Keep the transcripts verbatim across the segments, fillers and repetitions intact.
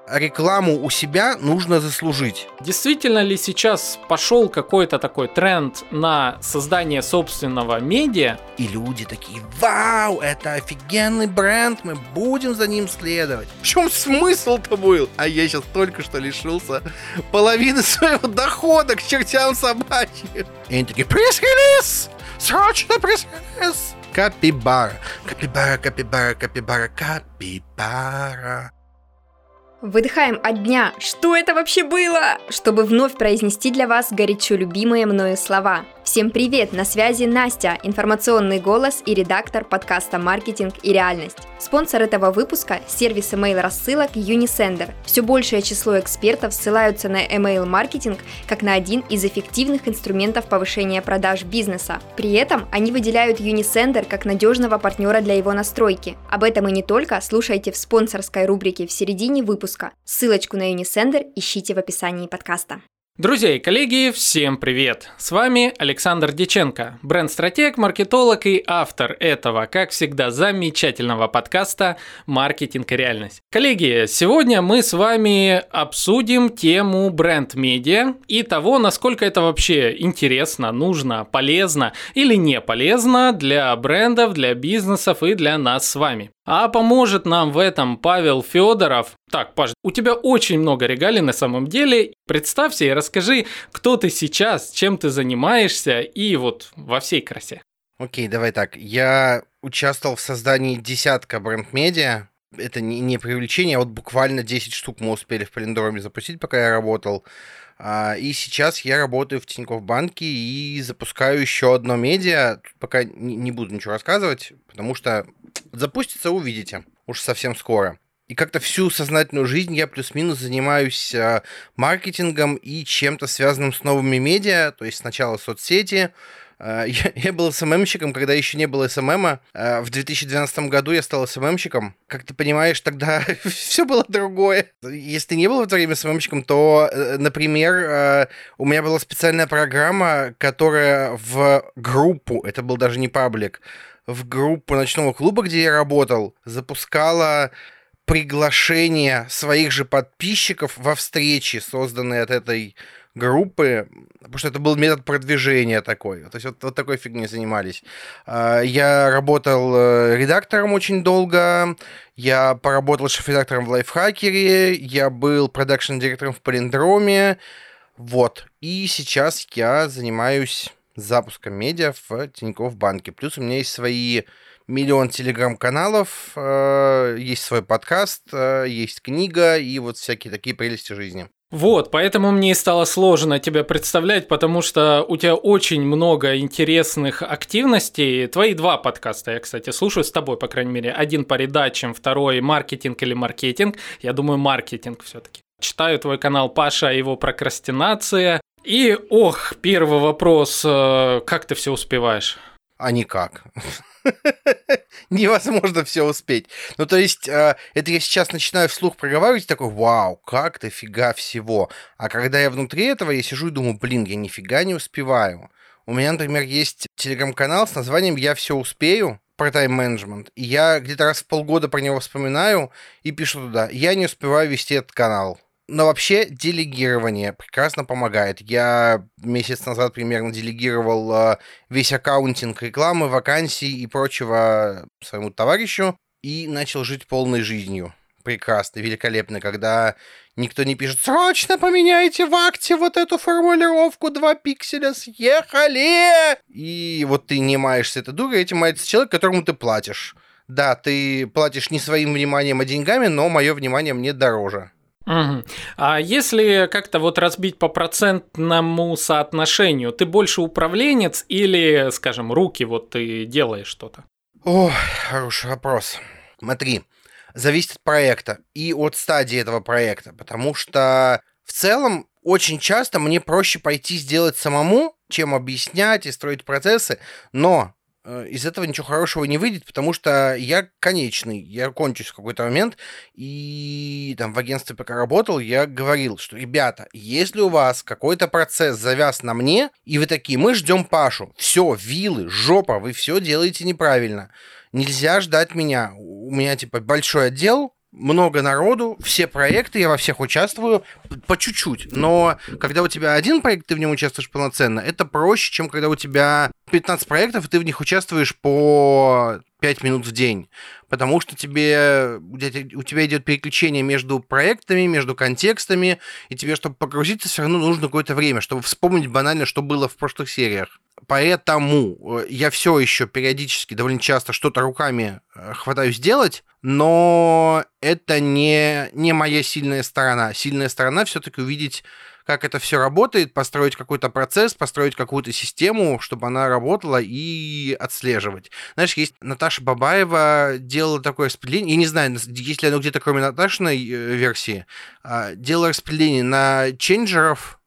рекламу у себя нужно заслужить. Действительно ли сейчас пошел какой-то такой тренд на создание собственного медиа? И люди такие: вау, это офигенный бренд, мы будем за ним следовать. В чем смысл-то был? А я сейчас только что лишился половины своего дохода к чертям собачьим. И они такие: пресс-релиз! Срочно пресс-релиз! Капибара, капибара, капибара, капибара, капибара. Выдыхаем от дня. Что это вообще было? Чтобы вновь произнести для вас горячо любимые мною слова. Всем привет, на связи Настя, информационный голос и редактор подкаста «Маркетинг и реальность». Спонсор этого выпуска – сервис email-рассылок Unisender. Все большее число экспертов ссылаются на email-маркетинг как на один из эффективных инструментов повышения продаж бизнеса. При этом они выделяют Unisender как надежного партнера для его настройки. Об этом и не только слушайте в спонсорской рубрике в середине выпуска. Ссылочку на Unisender ищите в описании подкаста. Друзья и коллеги, всем привет! С вами Александр Дьяченко, бренд-стратег, маркетолог и автор этого, как всегда, замечательного подкаста «Маркетинг и реальность». Коллеги, сегодня мы с вами обсудим тему бренд-медиа и того, насколько это вообще интересно, нужно, полезно или не полезно для брендов, для бизнесов и для нас с вами. А поможет нам в этом Павел Федоров. Так, Паш, у тебя очень много регалий на самом деле. Представься и расскажи, кто ты сейчас, чем ты занимаешься и вот во всей красе. Окей, давай так. Я участвовал в создании десятка бренд-медиа. Это не, не привлечение, а вот буквально десять штук мы успели в Полиндроме запустить, пока я работал. И сейчас я работаю в Тинькофф банке и запускаю еще одно медиа. Тут пока не буду ничего рассказывать, потому что запустится, увидите, уж совсем скоро. И как-то всю сознательную жизнь я плюс-минус занимаюсь маркетингом и чем-то связанным с новыми медиа. То есть сначала соцсети. Я, я был эс эм эм-щиком, когда еще не было эс эм эм. В две тысячи двенадцатом году я стал эс эм эм-щиком. Как ты понимаешь, тогда все было другое. Если ты не был в это время эс эм эм-щиком, то, например, у меня была специальная программа, которая в группу, это был даже не паблик, в группу ночного клуба, где я работал, запускала приглашение своих же подписчиков во встречи, созданные от этой группы, потому что это был метод продвижения такой. То есть вот, вот такой фигней занимались. Я работал редактором очень долго, я поработал шеф-редактором в Лайфхакере, я был продакшн-директором в Полиндроме, вот. И сейчас я занимаюсь запуском медиа в Тинькофф банке. Плюс у меня есть свои миллион телеграм-каналов, есть свой подкаст, есть книга и вот всякие такие прелести жизни. Вот, поэтому мне и стало сложно тебя представлять, потому что у тебя очень много интересных активностей. Твои два подкаста я, кстати, слушаю с тобой, по крайней мере. Один по редачам, второй маркетинг или маркетинг. Я думаю, маркетинг все-таки. Читаю твой канал Паша, его прокрастинация. И, ох, первый вопрос, как ты все успеваешь? А никак. Невозможно все успеть. Ну, то есть, это я сейчас начинаю вслух проговаривать, такой: вау, как дофига всего. А когда я внутри этого, я сижу и думаю: блин, я нифига не успеваю. У меня, например, есть телеграм-канал с названием «Я все успею», про тайм-менеджмент, и я где-то раз в полгода про него вспоминаю и пишу туда: я не успеваю вести этот канал. Но вообще делегирование прекрасно помогает. Я месяц назад примерно делегировал весь аккаунтинг рекламы, вакансий и прочего своему товарищу и начал жить полной жизнью. Прекрасно, великолепно, когда никто не пишет: срочно поменяйте в акте вот эту формулировку, два пикселя съехали! И вот ты не маешься этой дурой, этим мается человек, которому ты платишь. Да, ты платишь не своим вниманием, а деньгами, но мое внимание мне дороже. Угу. А если как-то вот разбить по процентному соотношению, ты больше управленец или, скажем, руки вот ты делаешь что-то? Ох, хороший вопрос. Смотри, зависит от проекта и от стадии этого проекта, потому что в целом очень часто мне проще пойти сделать самому, чем объяснять и строить процессы, но из этого ничего хорошего не выйдет, потому что я конечный, я кончусь в какой-то момент, и там в агентстве, пока работал, я говорил, что, ребята, если у вас какой-то процесс завяз на мне, и вы такие: мы ждем Пашу, все, вилы, жопа, вы все делаете неправильно, нельзя ждать меня, у меня, типа, большой отдел, много народу, все проекты, я во всех участвую по чуть-чуть. Но когда у тебя один проект, ты в нем участвуешь полноценно, это проще, чем когда у тебя пятнадцать проектов, и ты в них участвуешь по пять минут в день. Потому что тебе, у тебя идет переключение между проектами, между контекстами, и тебе, чтобы погрузиться, все равно нужно какое-то время, чтобы вспомнить банально, что было в прошлых сериях. Поэтому я все еще периодически, довольно часто, что-то руками хватаюсь делать, но это не, не моя сильная сторона. Сильная сторона все-таки увидеть, как это все работает, построить какой-то процесс, построить какую-то систему, чтобы она работала, и отслеживать. Знаешь, есть Наташа Бабаева делала такое распределение, я не знаю, есть ли оно где-то кроме Наташиной версии, делала распределение на ченджеров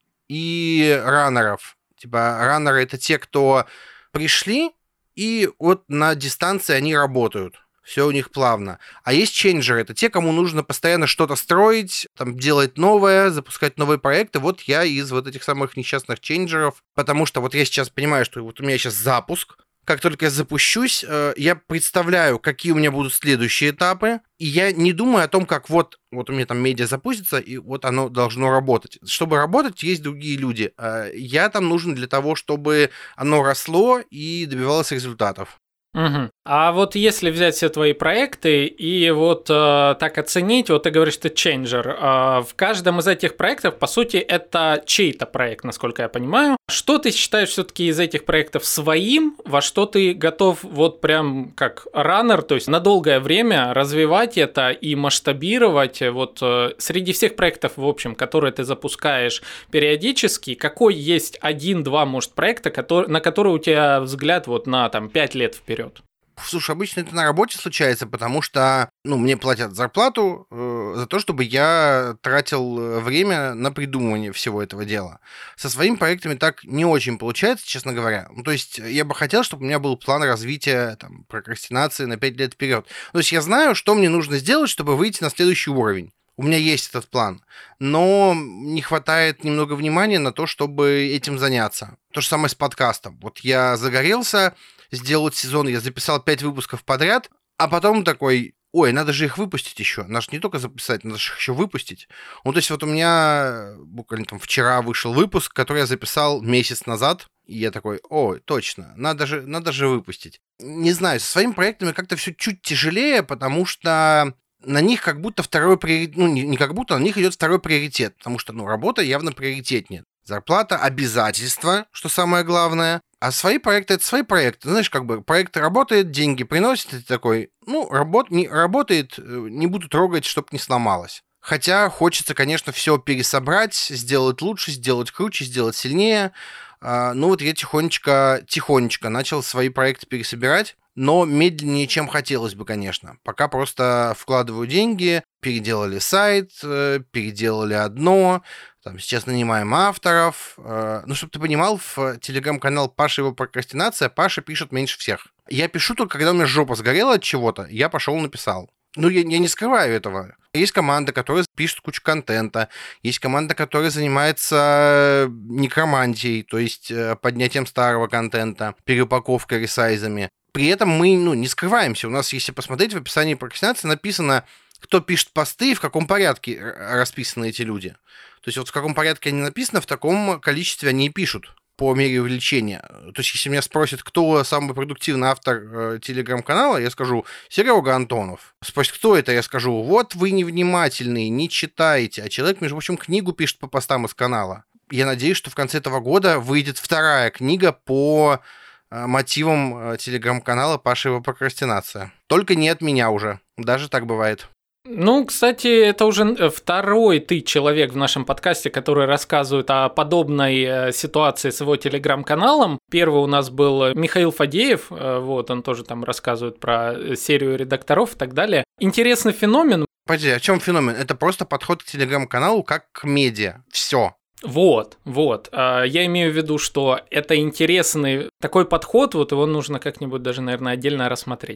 и раннеров. Типа раннеры — это те, кто пришли, и вот на дистанции они работают. Все у них плавно. А есть ченджеры, это те, кому нужно постоянно что-то строить, там, делать новое, запускать новые проекты. Вот я из вот этих самых несчастных ченджеров, потому что вот я сейчас понимаю, что вот у меня сейчас запуск. Как только я запущусь, я представляю, какие у меня будут следующие этапы, и я не думаю о том, как вот, вот у меня там медиа запустится, и вот оно должно работать. Чтобы работать, есть другие люди. Я там нужен для того, чтобы оно росло и добивалось результатов. Угу. А вот если взять все твои проекты и вот э, так оценить, вот ты говоришь, ты ченджер, э, в каждом из этих проектов, по сути, это чей-то проект, насколько я понимаю. Что ты считаешь все-таки из этих проектов своим, во что ты готов вот прям как раннер, то есть на долгое время развивать это и масштабировать вот э, среди всех проектов, в общем, которые ты запускаешь периодически, какой есть один-два, может, проекта, который, на который у тебя взгляд вот на там пять лет вперед? Слушай, обычно это на работе случается, потому что, ну, мне платят зарплату э, за то, чтобы я тратил время на придумывание всего этого дела. Со своими проектами так не очень получается, честно говоря. Ну, то есть я бы хотел, чтобы у меня был план развития там, прокрастинации на пять лет вперед. То есть я знаю, что мне нужно сделать, чтобы выйти на следующий уровень. У меня есть этот план, но не хватает немного внимания на то, чтобы этим заняться. То же самое с подкастом. Вот я загорелся сделать сезон, я записал пять выпусков подряд, а потом такой, ой, надо же их выпустить еще. Надо же не только записать, надо же их еще выпустить. Ну, то есть вот у меня буквально там вчера вышел выпуск, который я записал месяц назад, и я такой, ой, точно, надо же, надо же выпустить. Не знаю, со своими проектами как-то все чуть тяжелее, потому что на них как будто второй приоритет, ну, не, не как будто, на них идет второй приоритет, потому что, ну, работа явно приоритетнее. Зарплата, обязательства, что самое главное. А свои проекты — это свои проекты. Знаешь, как бы проект работает, деньги приносит, и ты такой, ну, работ, не, работает, не буду трогать, чтобы не сломалось. Хотя хочется, конечно, все пересобрать, сделать лучше, сделать круче, сделать сильнее. Ну, вот я тихонечко, тихонечко начал свои проекты пересобирать, но медленнее, чем хотелось бы, конечно. Пока просто вкладываю деньги, переделали сайт, переделали одно, там, сейчас нанимаем авторов. Ну, чтобы ты понимал, в телеграм-канал Паша его прокрастинация, Паша пишет меньше всех. Я пишу только, когда у меня жопа сгорела от чего-то, я пошел написал. Ну, я, я не скрываю этого. Есть команда, которая пишет кучу контента, есть команда, которая занимается некромантией, то есть поднятием старого контента, переупаковкой, ресайзами. При этом мы, ну, не скрываемся. У нас, если посмотреть, в описании прокрастинации написано, кто пишет посты и в каком порядке расписаны эти люди. То есть вот в каком порядке они написаны, в таком количестве они и пишут по мере увеличения. То есть если меня спросят, кто самый продуктивный автор э, телеграм-канала, я скажу Серега Антонов. Спросят, кто это, я скажу, вот вы невнимательные, не читаете. А человек, между прочим, книгу пишет по постам из канала. Я надеюсь, что в конце этого года выйдет вторая книга по э, мотивам э, телеграм-канала Пашева прокрастинация. Только не от меня уже. Даже так бывает. Ну, кстати, это уже второй ты человек в нашем подкасте, который рассказывает о подобной ситуации с его телеграм-каналом. Первый у нас был Михаил Фадеев, вот, он тоже там рассказывает про серию редакторов и так далее. Интересный феномен. Подожди, о чем феномен? Это просто подход к телеграм-каналу как к медиа. Все. Вот, вот. Я имею в виду, что это интересный такой подход, вот его нужно как-нибудь даже, наверное, отдельно рассмотреть.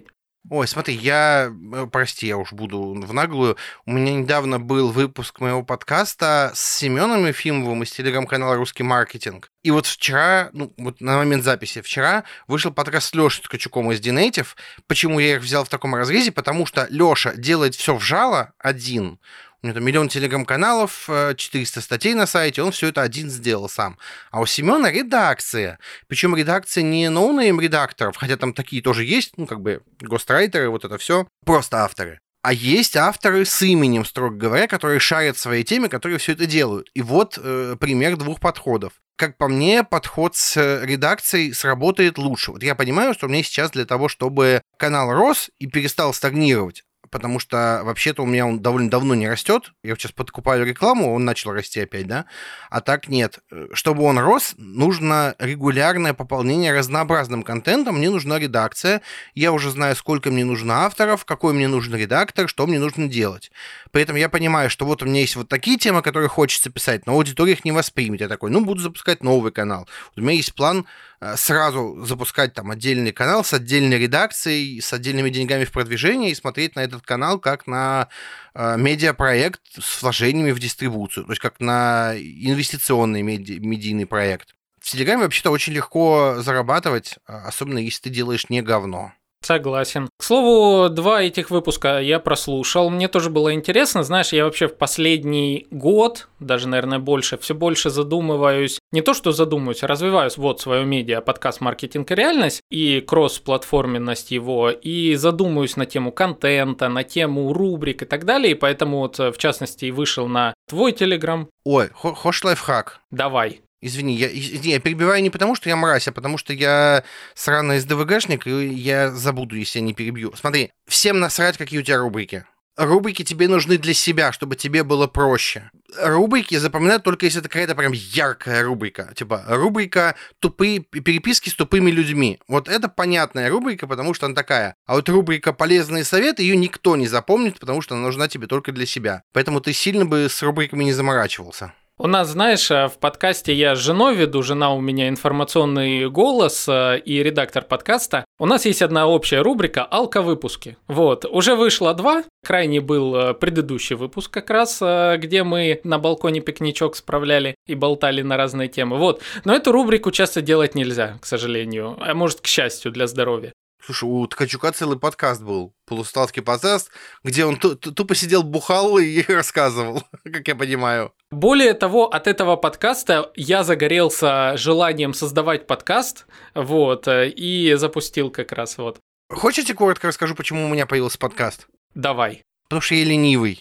Ой, смотри, я, прости, я уж буду в наглую. У меня недавно был выпуск моего подкаста с Семеном Ефимовым из телеграм-канала «Русский маркетинг». И вот вчера, ну, вот на момент записи вчера, вышел подкаст с Лешей Ткачуком из D-Native. Почему я их взял в таком разрезе? Потому что Леша делает все в жало один. У него там миллион телеграм-каналов, четыреста статей на сайте, он все это один сделал сам. А у Семена редакция. Причем редакция не ноунейм редакторов, хотя там такие тоже есть, ну, как бы гострайтеры, вот это все, просто авторы. А есть авторы с именем, строго говоря, которые шарят в своей теме, которые все это делают. И вот э, пример двух подходов. Как по мне, подход с редакцией сработает лучше. Вот я понимаю, что мне сейчас для того, чтобы канал рос и перестал стагнировать, потому что вообще-то у меня он довольно давно не растет. Я сейчас подкупаю рекламу, он начал расти опять, да? А так нет. Чтобы он рос, нужно регулярное пополнение разнообразным контентом. Мне нужна редакция. Я уже знаю, сколько мне нужно авторов, какой мне нужен редактор, что мне нужно делать. При этом я понимаю, что вот у меня есть вот такие темы, которые хочется писать, но аудитория их не воспримет. Я такой, ну, буду запускать новый канал. У меня есть план сразу запускать там отдельный канал с отдельной редакцией, с отдельными деньгами в продвижении и смотреть на этот канал как на э, медиапроект с вложениями в дистрибуцию, то есть как на инвестиционный меди- медийный проект. В Телеграме вообще-то очень легко зарабатывать, особенно если ты делаешь не говно. Согласен. К слову, два этих выпуска я прослушал. Мне тоже было интересно. Знаешь, я вообще в последний год, даже, наверное, больше, все больше задумываюсь. Не то, что задумываюсь, а развиваюсь. Вот свое медиа, подкаст «Маркетинг и реальность» и кросс-платформенность его. И задумываюсь на тему контента, на тему рубрик и так далее. И поэтому вот, в частности, и вышел на твой Телеграм. Ой, хочешь лайфхак? Давай. Извини, я, извини, я перебиваю не потому, что я мразь, а потому что я сраный СДВГшник, и я забуду, если я не перебью. Смотри, всем насрать, какие у тебя рубрики. Рубрики тебе нужны для себя, чтобы тебе было проще. Рубрики запоминают только, если это какая-то прям яркая рубрика. Типа, рубрика «Тупые переписки с тупыми людьми». Вот это понятная рубрика, потому что она такая. А вот рубрика «Полезные советы» ее никто не запомнит, потому что она нужна тебе только для себя. Поэтому ты сильно бы с рубриками не заморачивался. У нас, знаешь, в подкасте я с женой веду, жена у меня информационный голос и редактор подкаста. У нас есть одна общая рубрика «Алко-выпуски». Вот, уже вышло два. Крайний был предыдущий выпуск как раз, где мы на балконе пикничок справляли и болтали на разные темы. Вот, но эту рубрику часто делать нельзя, к сожалению, а может, к счастью, для здоровья. Слушай, у Ткачука целый подкаст был, полусладкий подкаст, где он тупо сидел, бухал и рассказывал, как я понимаю. Более того, от этого подкаста я загорелся желанием создавать подкаст, вот, и запустил как раз вот. Хочешь, я коротко расскажу, почему у меня появился подкаст? Давай. Потому что я ленивый.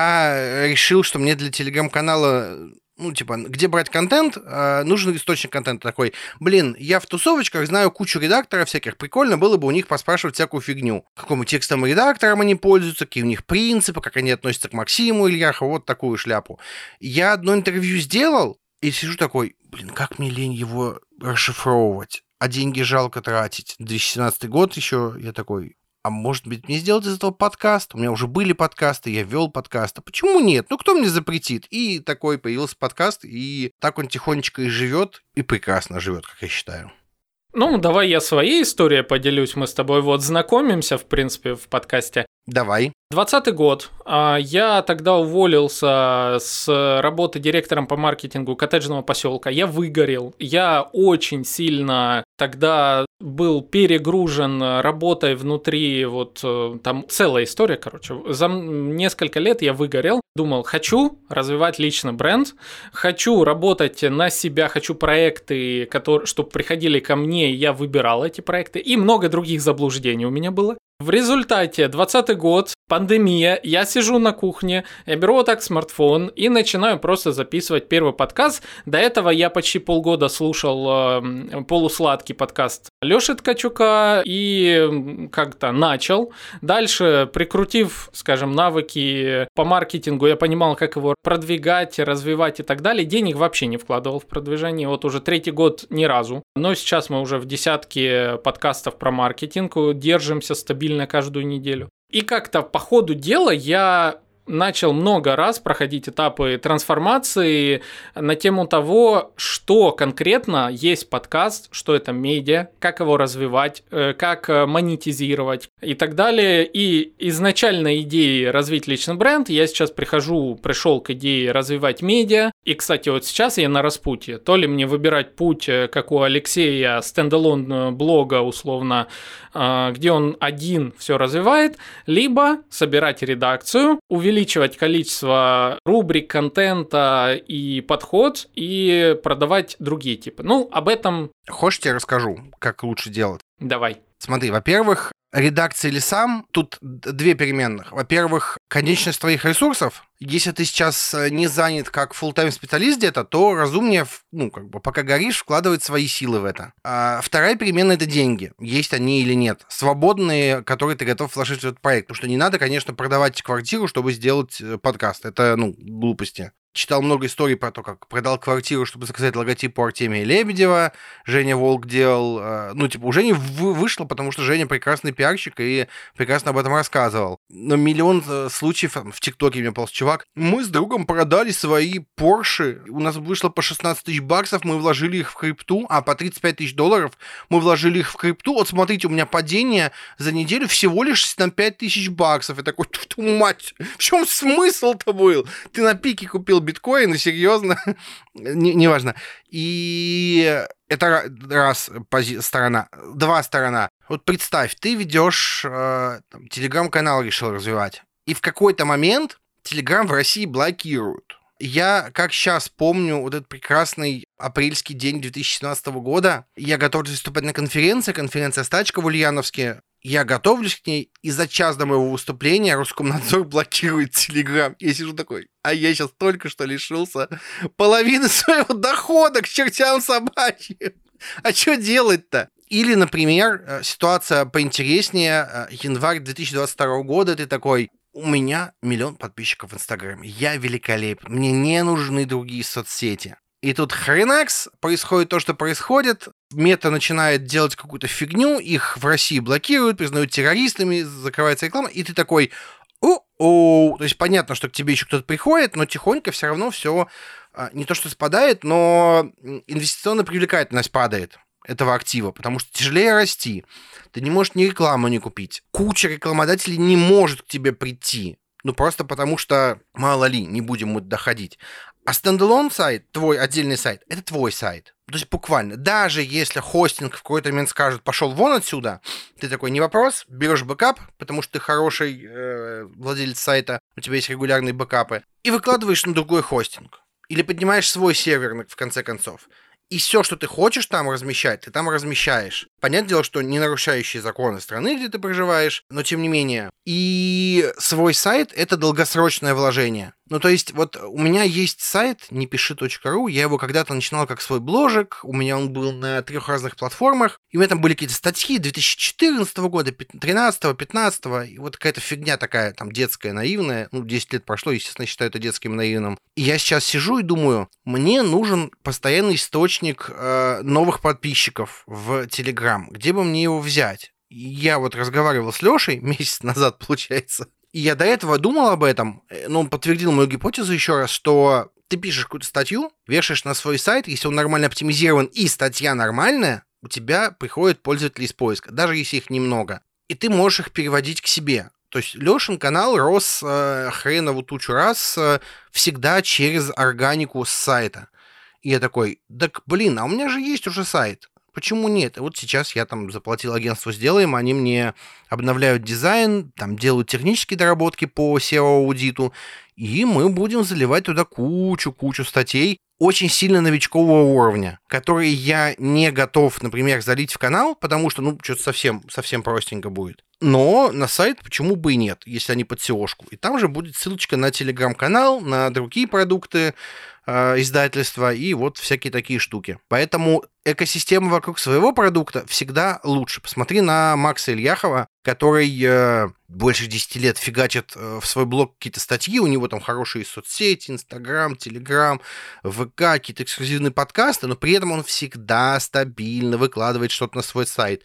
Я решил, что мне для телеграм-канала... Ну, типа, где брать контент, э, нужен источник контента такой. Блин, я в тусовочках знаю кучу редакторов всяких. Прикольно было бы у них поспрашивать всякую фигню. Какому текстовым редактором они пользуются, какие у них принципы, как они относятся к Максиму Ильяхову, вот такую шляпу. Я одно интервью сделал и сижу такой, блин, как мне лень его расшифровывать. А деньги жалко тратить. две тысячи семнадцатый год еще, я такой... А может быть, мне сделать из этого подкаст? У меня уже были подкасты, я вел подкасты. Почему нет? Ну, кто мне запретит? И такой появился подкаст, и так он тихонечко и живет, и прекрасно живет, как я считаю. Ну, давай я своей историей поделюсь. Мы с тобой вот знакомимся, в принципе, в подкасте. Давай. двадцатый год. Я тогда уволился с работы директором по маркетингу коттеджного поселка. Я выгорел. Я очень сильно тогда был перегружен работой внутри, вот там целая история, короче. За несколько лет я выгорел. Думал, хочу развивать личный бренд, хочу работать на себя, хочу проекты, которые, чтобы приходили ко мне, и я выбирал эти проекты. И много других заблуждений у меня было. В результате двадцатый год, пандемия, я сижу на кухне, я беру вот так смартфон и начинаю просто записывать первый подкаст. До этого я почти полгода слушал э, полусладкий подкаст Лёши Ткачука и как-то начал. Дальше, прикрутив, скажем, навыки по маркетингу, я понимал, как его продвигать, развивать и так далее. Денег вообще не вкладывал в продвижение, вот уже третий год ни разу. Но сейчас мы уже в десятке подкастов про маркетинг, держимся стабильно каждую неделю. И как-то по ходу дела я начал много раз проходить этапы трансформации на тему того, что конкретно есть подкаст, что это медиа, как его развивать, как монетизировать и так далее. И изначально идеи развить личный бренд, я сейчас прихожу, пришел к идее развивать медиа. И, кстати, вот сейчас я на распутье. То ли мне выбирать путь, как у Алексея, стендалон блога условно, где он один все развивает, либо собирать редакцию, увеличивать количество рубрик, контента и подход и продавать другие типы. Ну, об этом... Хочешь, я расскажу, как лучше делать? Давай. Смотри, во-первых, редакция или сам, тут две переменных. Во-первых, конечность твоих ресурсов. Если ты сейчас не занят как фулл-тайм специалист где-то, то разумнее, ну, как бы, пока горишь, вкладывать свои силы в это. А вторая переменная — это деньги. Есть они или нет. Свободные, которые ты готов вложить в этот проект. Потому что не надо, конечно, продавать квартиру, чтобы сделать подкаст. Это, ну, глупости. Читал много историй про то, как продал квартиру, чтобы заказать логотип у Артемия Лебедева. Женя Волк делал... Ну, типа, у Жени вышло, потому что Женя прекрасный пиарщик и прекрасно об этом рассказывал. Но миллион случаев в ТикТоке мне полз чувак. Мы с другом продали свои Порши. У нас вышло по шестнадцать тысяч баксов, мы вложили их в крипту, а по тридцать пять тысяч долларов мы вложили их в крипту. Вот смотрите, у меня падение за неделю всего лишь на пять тысяч баксов. Я такой, твою мать, в чем смысл-то был? Ты на пике купил биткоин, серьезно? Неважно. И это раз пози- сторона. Два сторона. Вот представь, ты ведешь э, там, телеграм-канал, решил развивать. И в какой-то момент Телеграм в России блокируют. Я, как сейчас помню, вот этот прекрасный апрельский день две тысячи семнадцатого года, я готовлюсь выступать на конференции, конференция «Стачка» в Ульяновске. Я готовлюсь к ней, и за час до моего выступления Роскомнадзор блокирует Телеграм. Я сижу такой, а я сейчас только что лишился половины своего дохода к чертям собачьим. А что делать-то? Или, например, ситуация поинтереснее, январь две тысячи двадцать второго года, ты такой... У меня миллион подписчиков в Инстаграме. Я великолепен. Мне не нужны другие соцсети. И тут хренакс, происходит то, что происходит. Мета начинает делать какую-то фигню, их в России блокируют, признают террористами, закрывается реклама, и ты такой, о-о. То есть понятно, что к тебе еще кто-то приходит, но тихонько все равно все не то что спадает, но инвестиционная привлекательность падает этого актива, потому что тяжелее расти. Ты не можешь ни рекламу не купить. Куча рекламодателей не может к тебе прийти. Ну, просто потому что, мало ли, не будем мы доходить. А стендалон сайт, твой отдельный сайт, это твой сайт. То есть буквально, даже если хостинг в какой-то момент скажет, пошел вон отсюда, ты такой, не вопрос, берешь бэкап, потому что ты хороший э, владелец сайта, у тебя есть регулярные бэкапы, и выкладываешь на другой хостинг. Или поднимаешь свой сервер, в конце концов. И все, что ты хочешь там размещать, ты там размещаешь. Понятное дело, что не нарушающие законы страны, где ты проживаешь, но тем не менее. И свой сайт — это долгосрочное вложение. Ну, то есть, вот у меня есть сайт непиши точка ру, я его когда-то начинал как свой бложек, у меня он был на трех разных платформах, и у меня там были какие-то статьи две тысячи четырнадцатого года, тринадцатого, пятнадцатого, и вот какая-то фигня такая, там, детская, наивная, ну, десять лет прошло, естественно, считаю это детским наивным. И я сейчас сижу и думаю, мне нужен постоянный источник э, новых подписчиков в Telegram, где бы мне его взять? И я вот разговаривал с Лешей месяц назад, получается, и я до этого думал об этом, но он подтвердил мою гипотезу еще раз, что ты пишешь какую-то статью, вешаешь на свой сайт, если он нормально оптимизирован и статья нормальная, у тебя приходят пользователи из поиска, даже если их немного. И ты можешь их переводить к себе. То есть Лешин канал рос э, хренову тучу раз э, всегда через органику с сайта. И я такой, так блин, а у меня же есть уже сайт. Почему нет? И вот сейчас я там заплатил агентству «Сделаем», они мне обновляют дизайн, там делают технические доработки по сео-аудиту, и мы будем заливать туда кучу-кучу статей очень сильно новичкового уровня, которые я не готов, например, залить в канал, потому что, ну, что-то совсем, совсем простенько будет. Но на сайт почему бы и нет, если они под сеошку. И там же будет ссылочка на телеграм-канал, на другие продукты, издательства и вот всякие такие штуки. Поэтому экосистема вокруг своего продукта всегда лучше. Посмотри на Макса Ильяхова, который э, больше десяти лет фигачит э, в свой блог какие-то статьи, у него там хорошие соцсети, Инстаграм, Телеграм, ВК, какие-то эксклюзивные подкасты, но при этом он всегда стабильно выкладывает что-то на свой сайт.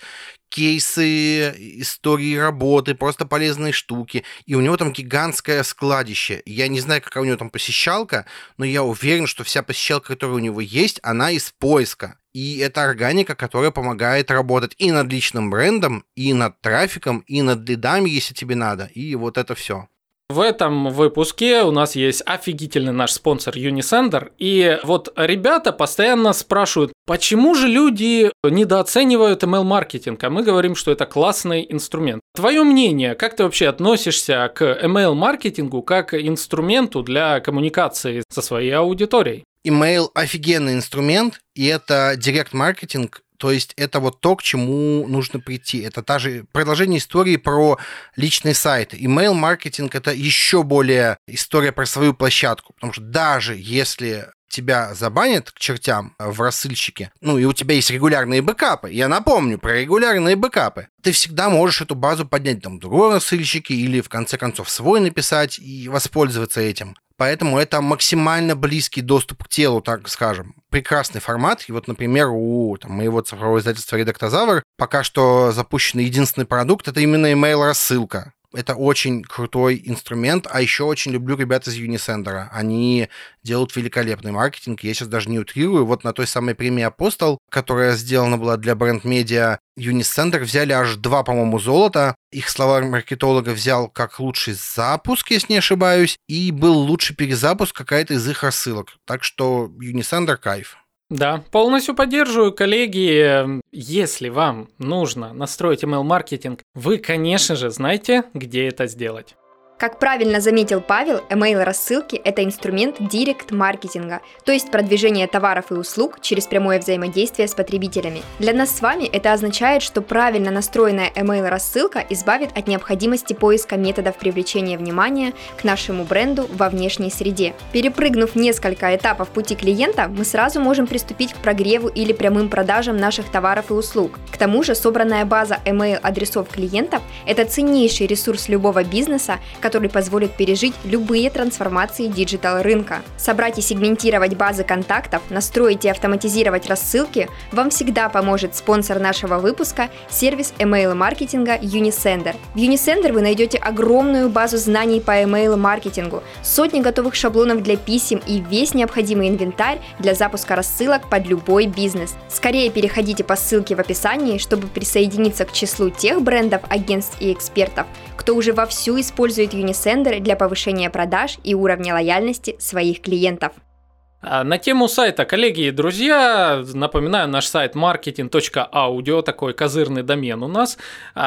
кейсы, истории работы, просто полезные штуки. И у него там гигантское складище. Я не знаю, какая у него там посещалка, но я уверен, что вся посещалка, которая у него есть, она из поиска. И это органика, которая помогает работать и над личным брендом, и над трафиком, и над лидами, если тебе надо. И вот это все. В этом выпуске у нас есть офигительный наш спонсор Unisender, и вот ребята постоянно спрашивают, почему же люди недооценивают email-маркетинг, а мы говорим, что это классный инструмент. Твое мнение, как ты вообще относишься к email-маркетингу как инструменту для коммуникации со своей аудиторией? Email офигенный инструмент, и это директ-маркетинг. То есть это вот то, к чему нужно прийти. Это та же продолжение истории про личный сайт. Email-маркетинг – это еще более история про свою площадку. Потому что даже если тебя забанят к чертям в рассыльщике, ну и у тебя есть регулярные бэкапы, я напомню про регулярные бэкапы, ты всегда можешь эту базу поднять там в другой рассыльщике или в конце концов свой написать и воспользоваться этим. Поэтому это максимально близкий доступ к телу, так скажем. Прекрасный формат. И вот, например, у там, моего цифрового издательства «Редактозавр» пока что запущенный единственный продукт – это именно email-рассылка. Это очень крутой инструмент, а еще очень люблю ребят из Unisender. Они делают великолепный маркетинг, я сейчас даже не утрирую. Вот на той самой премии «Апостол», которая сделана была для бренд-медиа, Unisender взяли аж два, по-моему, золота. Их словарь маркетолога взял как лучший запуск, если не ошибаюсь, и был лучший перезапуск какая-то из их рассылок. Так что Unisender кайф. Да, полностью поддерживаю, коллеги. Если вам нужно настроить email-маркетинг, вы, конечно же, знаете, где это сделать. Как правильно заметил Павел, email-рассылки – это инструмент директ-маркетинга, то есть продвижение товаров и услуг через прямое взаимодействие с потребителями. Для нас с вами это означает, что правильно настроенная email-рассылка избавит от необходимости поиска методов привлечения внимания к нашему бренду во внешней среде. Перепрыгнув несколько этапов пути клиента, мы сразу можем приступить к прогреву или прямым продажам наших товаров и услуг. К тому же собранная база email-адресов клиентов – это ценнейший ресурс любого бизнеса, который позволит пережить любые трансформации диджитал-рынка. Собрать и сегментировать базы контактов, настроить и автоматизировать рассылки вам всегда поможет спонсор нашего выпуска – сервис email-маркетинга Unisender. В Unisender вы найдете огромную базу знаний по email-маркетингу, сотни готовых шаблонов для писем и весь необходимый инвентарь для запуска рассылок под любой бизнес. Скорее переходите по ссылке в описании, чтобы присоединиться к числу тех брендов, агентств и экспертов, кто уже вовсю использует Unisender для повышения продаж и уровня лояльности своих клиентов. На тему сайта, коллеги и друзья, напоминаю, наш сайт маркетинг точка аудио, такой козырный домен у нас.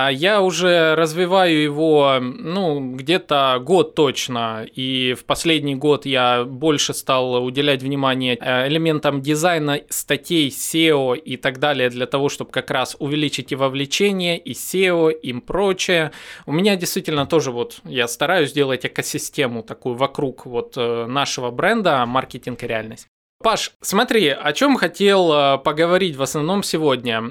Я уже развиваю его, ну, где-то год точно, и в последний год я больше стал уделять внимание элементам дизайна, статей, сео и так далее, для того, чтобы как раз увеличить и вовлечение, и сео, и прочее. У меня действительно тоже вот, я стараюсь сделать экосистему такую вокруг вот нашего бренда «Маркетинг и реальность». Паш, смотри, о чем хотел поговорить в основном сегодня.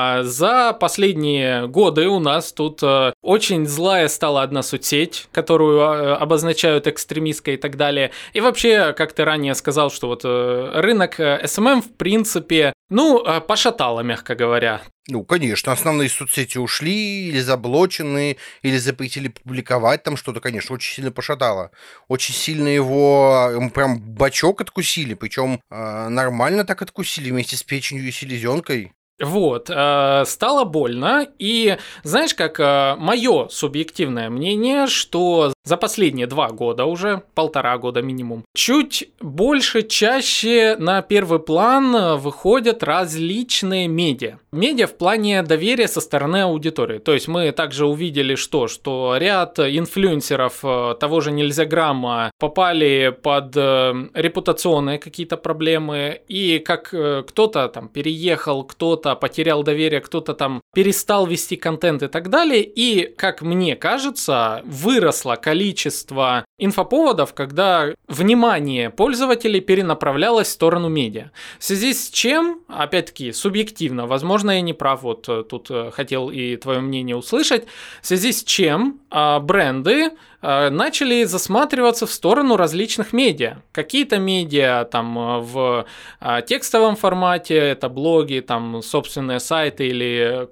За последние годы у нас тут очень злая стала одна соцсеть, которую обозначают экстремистской и так далее. И вообще, как ты ранее сказал, что вот рынок эс эм эм в принципе, ну, пошатало, мягко говоря. Ну, конечно, основные соцсети ушли, или заблочены, или запретили публиковать там что-то, конечно, очень сильно пошатало. Очень сильно его, ему прям бачок откусили, причем э, нормально так откусили вместе с печенью и селезенкой. Вот, э, стало больно, и знаешь, как э, мое субъективное мнение, что за последние два года уже, полтора года минимум, чуть больше, чаще на первый план выходят различные медиа. Медиа в плане доверия со стороны аудитории. То есть мы также увидели, что, что ряд инфлюенсеров того же Нельзяграмма попали под репутационные какие-то проблемы, и как кто-то там переехал, кто-то потерял доверие, кто-то там перестал вести контент и так далее. И, как мне кажется, выросло количество инфоповодов, когда внимание пользователей перенаправлялось в сторону медиа. В связи с чем, опять-таки, субъективно, возможно, я не прав, вот тут хотел и твое мнение услышать, в связи с чем бренды начали засматриваться в сторону различных медиа. Какие-то медиа там в текстовом формате, это блоги, там собственные сайты или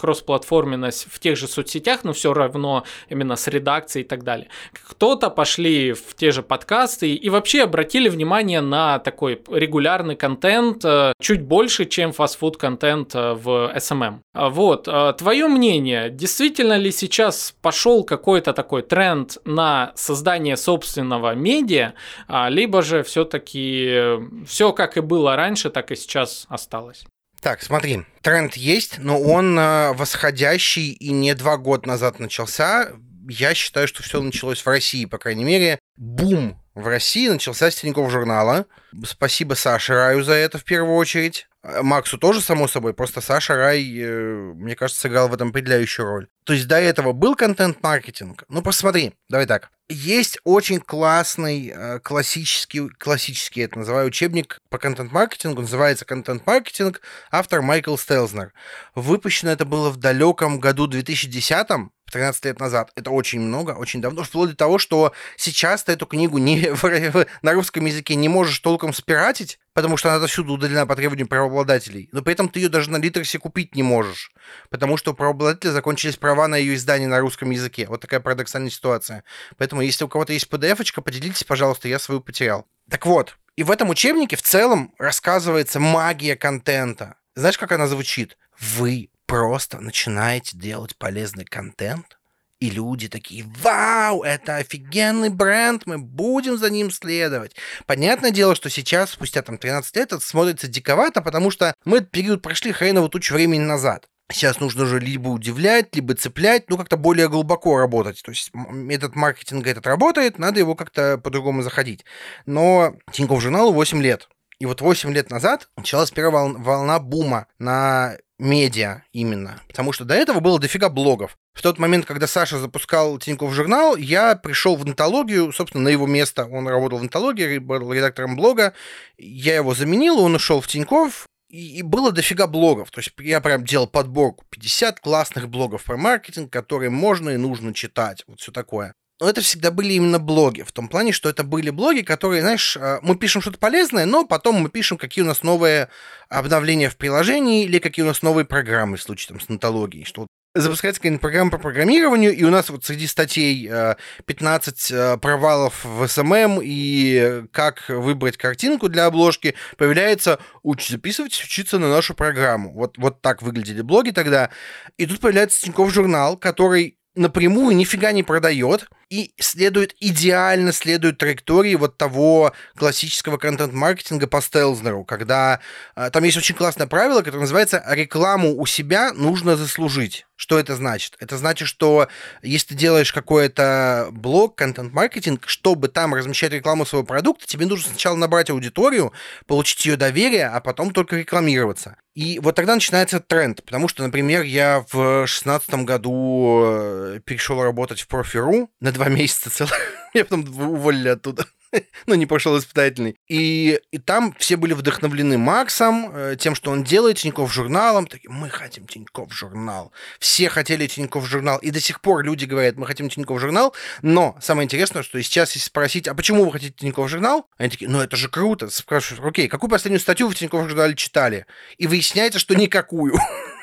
кроссплатформенность в тех же соцсетях, но все равно именно с редакцией и так далее. Кто-то пошли в те же подкасты и вообще обратили внимание на такой регулярный контент, чуть больше, чем фастфуд-контент в эс эм эм. Вот, твое мнение, действительно ли сейчас пошел какой-то такой тренд на создание собственного медиа, либо же все-таки все как и было раньше, так и сейчас осталось? Так, смотри, тренд есть, но он э, восходящий и не два года назад начался. Я считаю, что все началось в России, по крайней мере. Бум в России начался с Тинькофф журнала. Спасибо Саше Раю за это в первую очередь. Максу тоже, само собой, просто Саша Рай, э, мне кажется, сыграл в этом определяющую роль. То есть до этого был контент-маркетинг. Ну, посмотри, давай так. Есть очень классный э, классический, классический, это называю, учебник по контент-маркетингу, называется «Контент-маркетинг», автор Майкл Стелзнер. Выпущено это было в далеком году две тысячи десятом, тринадцать лет назад. Это очень много, очень давно, вплоть до того, что сейчас ты эту книгу не, в, на русском языке не можешь толком спиратить, потому что она отовсюду удалена по требованию правообладателей, но при этом ты ее даже на Литресе купить не можешь, потому что у правообладателя закончились права на ее издание на русском языке. Вот такая парадоксальная ситуация. Поэтому, если у кого-то есть пи ди эф-очка, поделитесь, пожалуйста, я свою потерял. Так вот, и в этом учебнике в целом рассказывается магия контента. Знаешь, как она звучит? Вы просто начинаете делать полезный контент, и люди такие: вау, это офигенный бренд, мы будем за ним следовать. Понятное дело, что сейчас, спустя там тринадцать лет, это смотрится диковато, потому что мы этот период прошли хреново тучу времени назад. Сейчас нужно уже либо удивлять, либо цеплять, ну, как-то более глубоко работать. То есть метод маркетинга этот работает, надо его как-то по-другому заходить. Но Тинькофф журналу восемь лет. И вот восемь лет назад началась первая волна бума на медиа именно. Потому что до этого было дофига блогов. В тот момент, когда Саша запускал Тинькофф журнал, я пришел в Нтологию, собственно, на его место. Он работал в Нтологии, был редактором блога. Я его заменил, он ушел в Тинькофф. И было дофига блогов. То есть я прям делал подборку пятьдесят классных блогов про маркетинг, которые можно и нужно читать. Вот все такое. Но это всегда были именно блоги. В том плане, что это были блоги, которые, знаешь, мы пишем что-то полезное, но потом мы пишем, какие у нас новые обновления в приложении или какие у нас новые программы в случае там, с Нтологией. Что запускается какая-нибудь программа по программированию, и у нас вот среди статей пятнадцать провалов в эс эм эм и как выбрать картинку для обложки появляется «Уч, записывайтесь учиться на нашу программу». Вот, вот так выглядели блоги тогда. И тут появляется Тинькофф журнал, который напрямую нифига не продает и следует, идеально следует траектории вот того классического контент-маркетинга по Стелзнеру, когда э, там есть очень классное правило, которое называется «рекламу у себя нужно заслужить». Что это значит? Это значит, что если ты делаешь какой-то блог, контент-маркетинг, чтобы там размещать рекламу своего продукта, тебе нужно сначала набрать аудиторию, получить ее доверие, а потом только рекламироваться. И вот тогда начинается тренд, потому что, например, я в шестнадцатом году перешел работать в Профи.ру на два месяца целых. Меня потом уволили оттуда. Ну, не прошел испытательный. И, и там все были вдохновлены Максом, э, тем, что он делает, Тинькофф журналом. Такие: мы хотим Тинькофф журнал. Все хотели Тинькофф журнал. И до сих пор люди говорят: мы хотим Тинькофф журнал. Но самое интересное, что сейчас, если спросить: а почему вы хотите Тинькофф журнал? Они такие: ну, это же круто. Спрашивают: окей, какую последнюю статью вы в Тинькофф журнале читали? И выясняется, что никакую.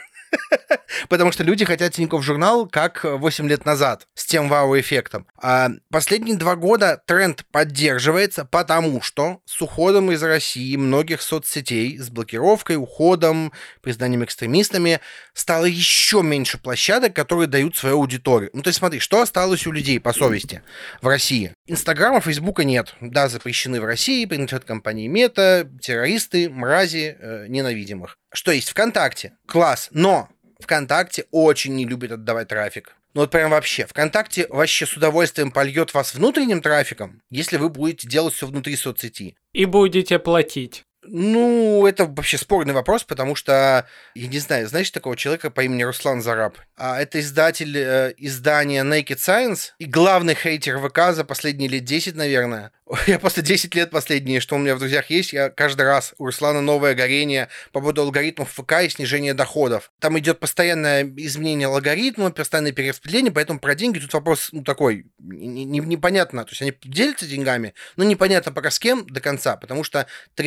Потому что люди хотят Тинькофф журнал как восемь лет назад, с тем вау-эффектом. А последние два года тренд поддерживается, потому что с уходом из России многих соцсетей, с блокировкой, уходом, признанием экстремистами, стало еще меньше площадок, которые дают свою аудиторию. Ну, то есть смотри, что осталось у людей по совести в России? Инстаграма, Фейсбука нет. Да, запрещены в России, принадлежат компании Мета, террористы, мрази, э, ненавидимых. Что есть? ВКонтакте. Класс. Но ВКонтакте очень не любит отдавать трафик. Ну вот прям вообще. ВКонтакте вообще с удовольствием польет вас внутренним трафиком, если вы будете делать все внутри соцсети. И будете платить. Ну, это вообще спорный вопрос, потому что, я не знаю, знаешь такого человека по имени Руслан Зараб? А это издатель э, издания Naked Science и главный хейтер ВК за последние лет десять, наверное. Я просто десять лет последние, что у меня в друзьях есть, я каждый раз у Руслана новое горение по поводу алгоритмов ВК и снижения доходов. Там идет постоянное изменение алгоритма, постоянное перераспределение, поэтому про деньги тут вопрос ну, такой, не, не, непонятно. То есть они делятся деньгами, но непонятно пока с кем до конца, потому что требования постоянно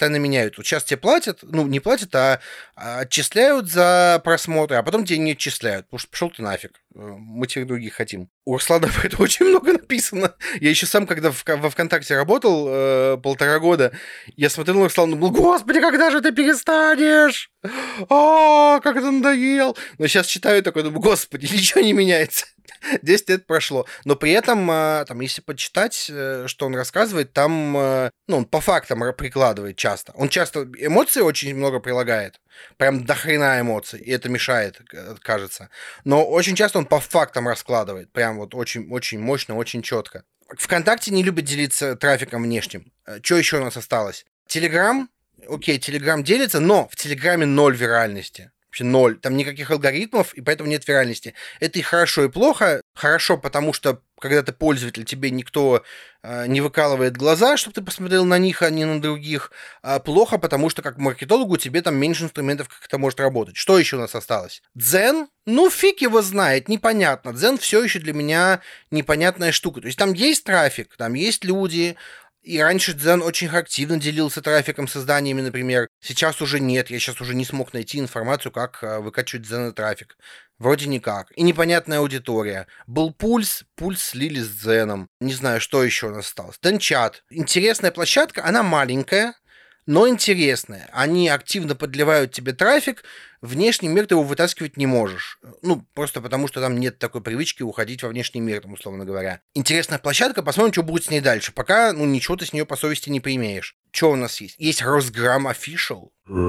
постоянно меняют. Вот сейчас тебе платят, ну, не платят, а отчисляют за просмотры, а потом тебе не отчисляют, потому что пошел ты нафиг. Мы тех других хотим. У Руслана про это очень много написано. Я еще сам, когда в, во ВКонтакте работал э, полтора года, я смотрел на Руслана и думал, господи, когда же ты перестанешь? А, как это надоел. Но сейчас читаю такой, думаю, господи, ничего не меняется. десять лет прошло. Но при этом, там, если почитать, что он рассказывает, там, ну, он по фактам прикладывает часто. Он часто эмоции очень много прилагает. Прям до хрена эмоций. И это мешает, кажется. Но очень часто он по фактам раскладывает. Прям вот очень, очень мощно, очень четко. ВКонтакте не любит делиться трафиком внешним. Что еще у нас осталось? Телеграм. Окей, Телеграм делится, но в Телеграме ноль виральности. Вообще ноль. Там никаких алгоритмов, и поэтому нет виральности. Это и хорошо, и плохо. Хорошо, потому что, когда ты пользователь, тебе никто э, не выкалывает глаза, чтобы ты посмотрел на них, а не на других. А плохо, потому что, как маркетологу, тебе там меньше инструментов, как это может работать. Что еще у нас осталось? Дзен? Ну, фиг его знает, непонятно. Дзен все еще для меня непонятная штука. То есть там есть трафик, там есть люди. И раньше Дзен очень активно делился трафиком, созданиями, например. Сейчас уже нет. Я сейчас уже не смог найти информацию, как выкачивать Дзен трафик. Вроде никак. И непонятная аудитория. Был Пульс, Пульс слили с Дзеном. Не знаю, что еще у нас осталось. Денчат. Интересная площадка, она маленькая, но интересная. Они активно подливают тебе трафик, внешний мир ты его вытаскивать не можешь. Ну, просто потому, что там нет такой привычки уходить во внешний мир, там, условно говоря. Интересная площадка, посмотрим, что будет с ней дальше. Пока, ну, ничего ты с нее по совести не поимеешь. Что у нас есть? Есть Росграм Official.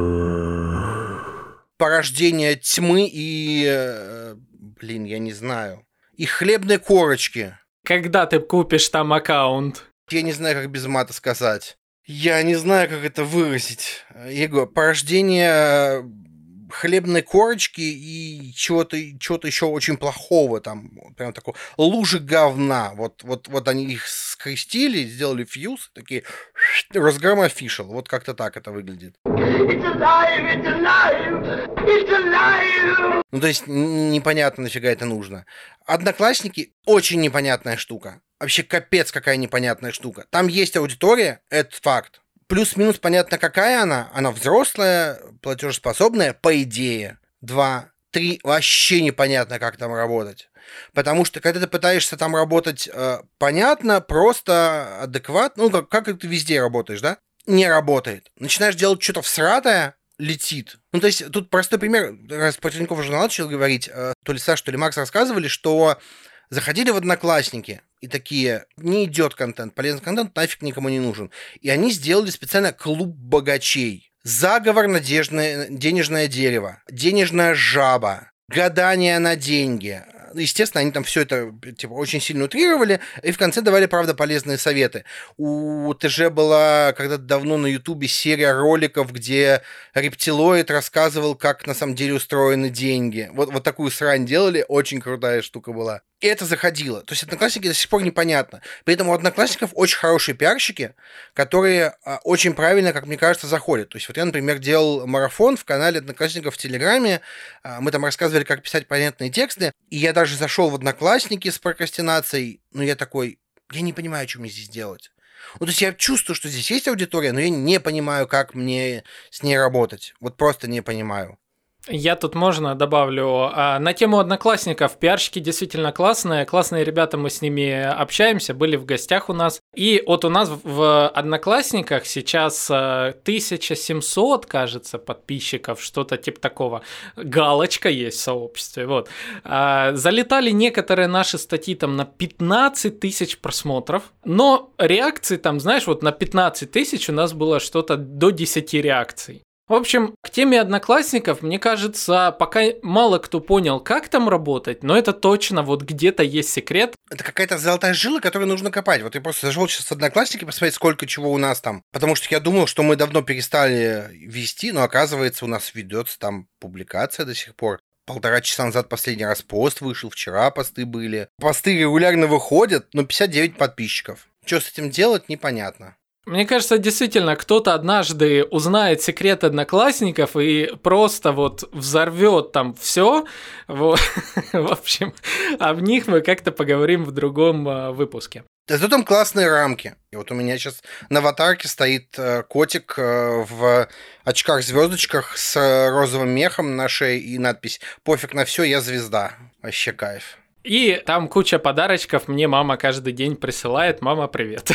Порождение тьмы и... Э, блин, я не знаю. И хлебной корочки. Когда ты купишь там аккаунт? Я не знаю, как без мата сказать. Я не знаю, как это выразить. Я говорю, порождение хлебной корочки и чего-то, чего-то еще очень плохого, там, прям такой лужи говна. Вот, вот, вот они их скрестили, сделали фьюз, такие Росграм Official. Вот как-то так это выглядит. It's alive, it's alive, it's alive. Ну, то есть непонятно, нафига это нужно. Одноклассники очень непонятная штука. Вообще капец какая непонятная штука. Там есть аудитория, это факт. Плюс-минус понятно, какая она. Она взрослая, платежеспособная, по идее. Два, три, вообще непонятно, как там работать. Потому что, когда ты пытаешься там работать э, понятно, просто, адекватно, ну, как, как ты везде работаешь, да? Не работает. Начинаешь делать что-то всратое, летит. Ну, то есть, тут простой пример. Раз про Тинькофф журнал начал говорить, э, то ли Саша, то ли Макс рассказывали, что заходили в Одноклассники и такие, не идет контент, полезный контент нафиг никому не нужен. И они сделали специально клуб богачей. Заговор на денежное дерево, денежная жаба, гадание на деньги. Естественно, они там все это типа, очень сильно утрировали, и в конце давали, правда, полезные советы. У ТЖ была когда-то давно на Ютубе серия роликов, где рептилоид рассказывал, как на самом деле устроены деньги. Вот, вот такую срань делали, очень крутая штука была. И это заходило. То есть Одноклассники до сих пор непонятно. При этом у Одноклассников очень хорошие пиарщики, которые а, очень правильно, как мне кажется, заходят. То есть вот я, например, делал марафон в канале Одноклассников в Телеграме. А, мы там рассказывали, как писать понятные тексты. И я даже зашел в Одноклассники с прокрастинацией. Но я такой, я не понимаю, что мне здесь делать. Ну, то есть я чувствую, что здесь есть аудитория, но я не понимаю, как мне с ней работать. Вот просто не понимаю. Я тут, можно, добавлю. На тему Одноклассников. Пиарщики действительно классные. Классные ребята, мы с ними общаемся, были в гостях у нас. И вот у нас в Одноклассниках сейчас тысяча семьсот, кажется, подписчиков, что-то типа такого. Галочка есть в сообществе. Вот. Залетали некоторые наши статьи там на пятнадцать тысяч просмотров. Но реакции там, знаешь, вот на пятнадцать тысяч у нас было что-то до десяти реакций. В общем, к теме Одноклассников, мне кажется, пока мало кто понял, как там работать, но это точно вот где-то есть секрет. Это какая-то золотая жила, которую нужно копать. Вот я просто зашел сейчас в Одноклассники посмотреть, сколько чего у нас там. Потому что я думал, что мы давно перестали вести, но оказывается, у нас ведется там публикация до сих пор. Полтора часа назад последний раз пост вышел, вчера посты были. Посты регулярно выходят, но пятьдесят девять подписчиков. Что с этим делать, непонятно. Мне кажется, действительно, кто-то однажды узнает секрет Одноклассников и просто вот взорвет там все. Вот. В общем, об них мы как-то поговорим в другом выпуске. Зато там классные рамки. И вот у меня сейчас на аватарке стоит э, котик э, в очках-звездочках с э, розовым мехом на шее и надпись «Пофиг на все, я звезда». Вообще кайф. И там куча подарочков мне мама каждый день присылает. Мама, привет.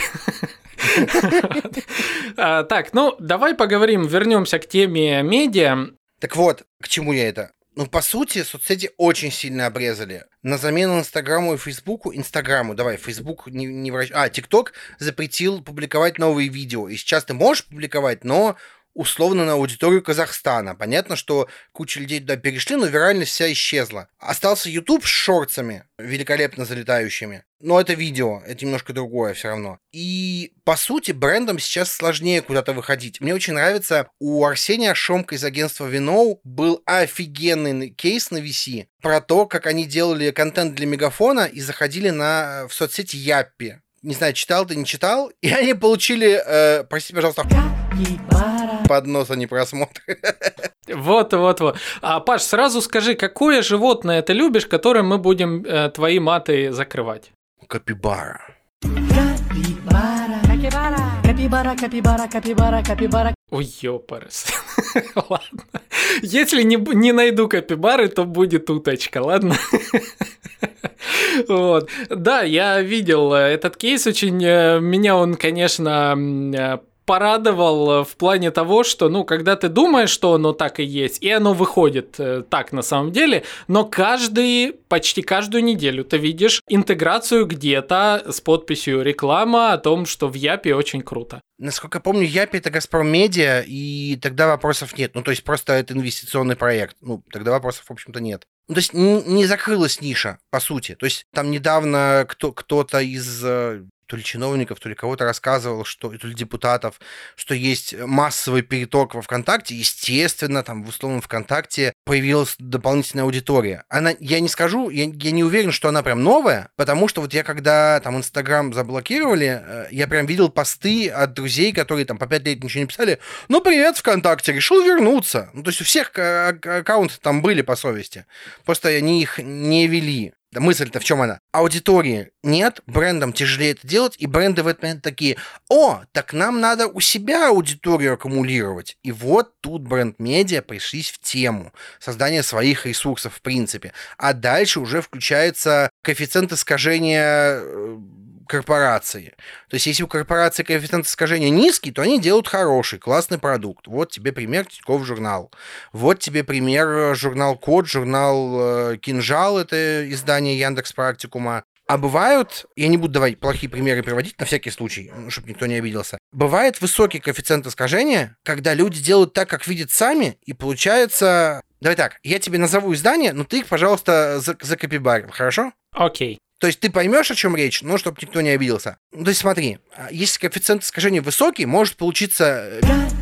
Так, ну давай поговорим, вернемся к теме медиа. Так вот, к чему я это? Ну, по сути, соцсети очень сильно обрезали. На замену Инстаграму и Фейсбуку, Инстаграму, давай, Фейсбук не, не врач... А, ТикТок запретил публиковать новые видео. И сейчас ты можешь публиковать, но условно на аудиторию Казахстана. Понятно, что куча людей туда перешли, но виральность вся исчезла. Остался YouTube с шортсами, великолепно залетающими. Но это видео, это немножко другое все равно. И, по сути, брендам сейчас сложнее куда-то выходить. Мне очень нравится, у Арсения Шомка из агентства Виноу был офигенный кейс на ви си про то, как они делали контент для Мегафона и заходили на, в соцсети Яппи. Не знаю, читал ты, не читал. И они получили, э, простите, пожалуйста, поднос, а не просмотры. Вот, вот, вот. А, Паш, сразу скажи, какое животное ты любишь, которое мы будем э, твои маты закрывать? Капибара. Капибара, капибара, капибара, капибара, капибара. Ой, ёпарас. Ладно. Если не, не найду капибары, то будет уточка, ладно? Вот. Да, я видел этот кейс, очень меня он, конечно, порадовал в плане того, что, ну, когда ты думаешь, что оно так и есть, и оно выходит э, так на самом деле, но каждый, почти каждую неделю ты видишь интеграцию где-то с подписью реклама о том, что в Япе очень круто. Насколько я помню, Япи — это Газпром Медиа, и тогда вопросов нет. Ну, то есть просто это инвестиционный проект. Ну, тогда вопросов, в общем-то, нет. Ну, то есть не закрылась ниша, по сути. То есть там недавно кто- кто-то из... то ли чиновников, то ли кого-то рассказывал, что, то ли депутатов, что есть массовый переток во ВКонтакте. Естественно, там в условном ВКонтакте появилась дополнительная аудитория. Она, я не скажу, я, я не уверен, что она прям новая, потому что вот я когда там Инстаграм заблокировали, я прям видел посты от друзей, которые там по пять лет ничего не писали. Ну, привет, ВКонтакте, решил вернуться. Ну, то есть у всех аккаунты там были по совести. Просто они их не вели. Да мысль-то в чем она? Аудитории нет, брендам тяжелее это делать, и бренды в этот момент такие: о, так нам надо у себя аудиторию аккумулировать. И вот тут бренд-медиа пришлись в тему создания своих ресурсов в принципе. А дальше уже включается коэффициент искажения корпорации. То есть, если у корпорации коэффициент искажения низкий, то они делают хороший, классный продукт. Вот тебе пример Тинькофф журнал. Вот тебе пример журнал Код, журнал Кинжал, это издание Яндекс.Практикума. А бывают, я не буду давать плохие примеры приводить на всякий случай, чтобы никто не обиделся, бывает высокий коэффициент искажения, когда люди делают так, как видят сами, и получается... Давай так, я тебе назову издание, но ты их, пожалуйста, закопибарил, хорошо? Окей. То есть ты поймешь, о чем речь, но чтобы никто не обиделся. Ну, то есть смотри, если коэффициент искажения высокий, может получиться...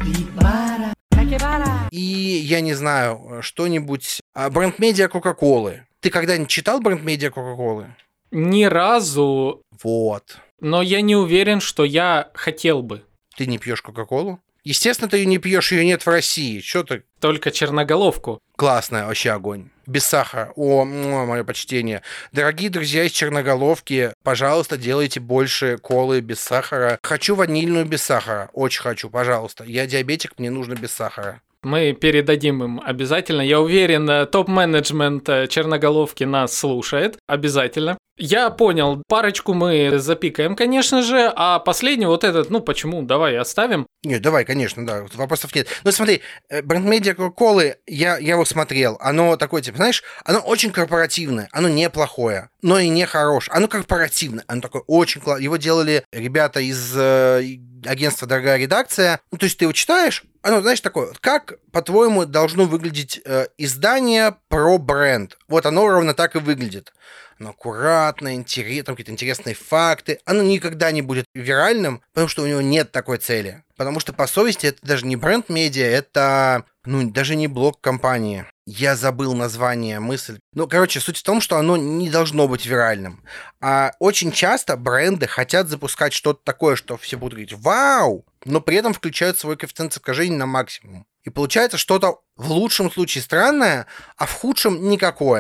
И, я не знаю, что-нибудь... Бренд-медиа Кока-Колы. Ты когда-нибудь читал бренд-медиа Кока-Колы? Ни разу. Вот. Но я не уверен, что я хотел бы. Ты не пьешь Кока-Колу? Естественно, ты ее не пьешь, ее нет в России. Что ты? Только черноголовку. Классная, вообще огонь. Без сахара. О, мое почтение. Дорогие друзья из Черноголовки, пожалуйста, делайте больше колы без сахара. Хочу ванильную без сахара. Очень хочу, пожалуйста. Я диабетик, мне нужно без сахара. Мы передадим им обязательно. Я уверен, топ-менеджмент Черноголовки нас слушает. Обязательно. Я понял. Парочку мы запикаем, конечно же. А последний вот этот, ну почему? Давай оставим. Нет, давай, конечно, да. Вопросов нет. Ну смотри, бренд-медиа Кока-Колы, я, я его смотрел. Оно такое, типа, знаешь, оно очень корпоративное. Оно неплохое, но и не хорошее. Оно корпоративное. Оно такое очень классное. Его делали ребята из э, агентства «Дорогая редакция». Ну, то есть ты его читаешь, оно, знаешь, такое, как, по-твоему, должно выглядеть э, издание про бренд? Вот оно ровно так и выглядит. Оно аккуратно, интересно, там какие-то интересные факты. Оно никогда не будет виральным, потому что у него нет такой цели. Потому что, по совести, это даже не бренд-медиа, это, ну, даже не блог компании. Я забыл название, мысль. Ну, короче, суть в том, что оно не должно быть виральным. А очень часто бренды хотят запускать что-то такое, что все будут говорить «Вау!», но при этом включают свой коэффициент искажения на максимум. И получается что-то в лучшем случае странное, а в худшем никакое.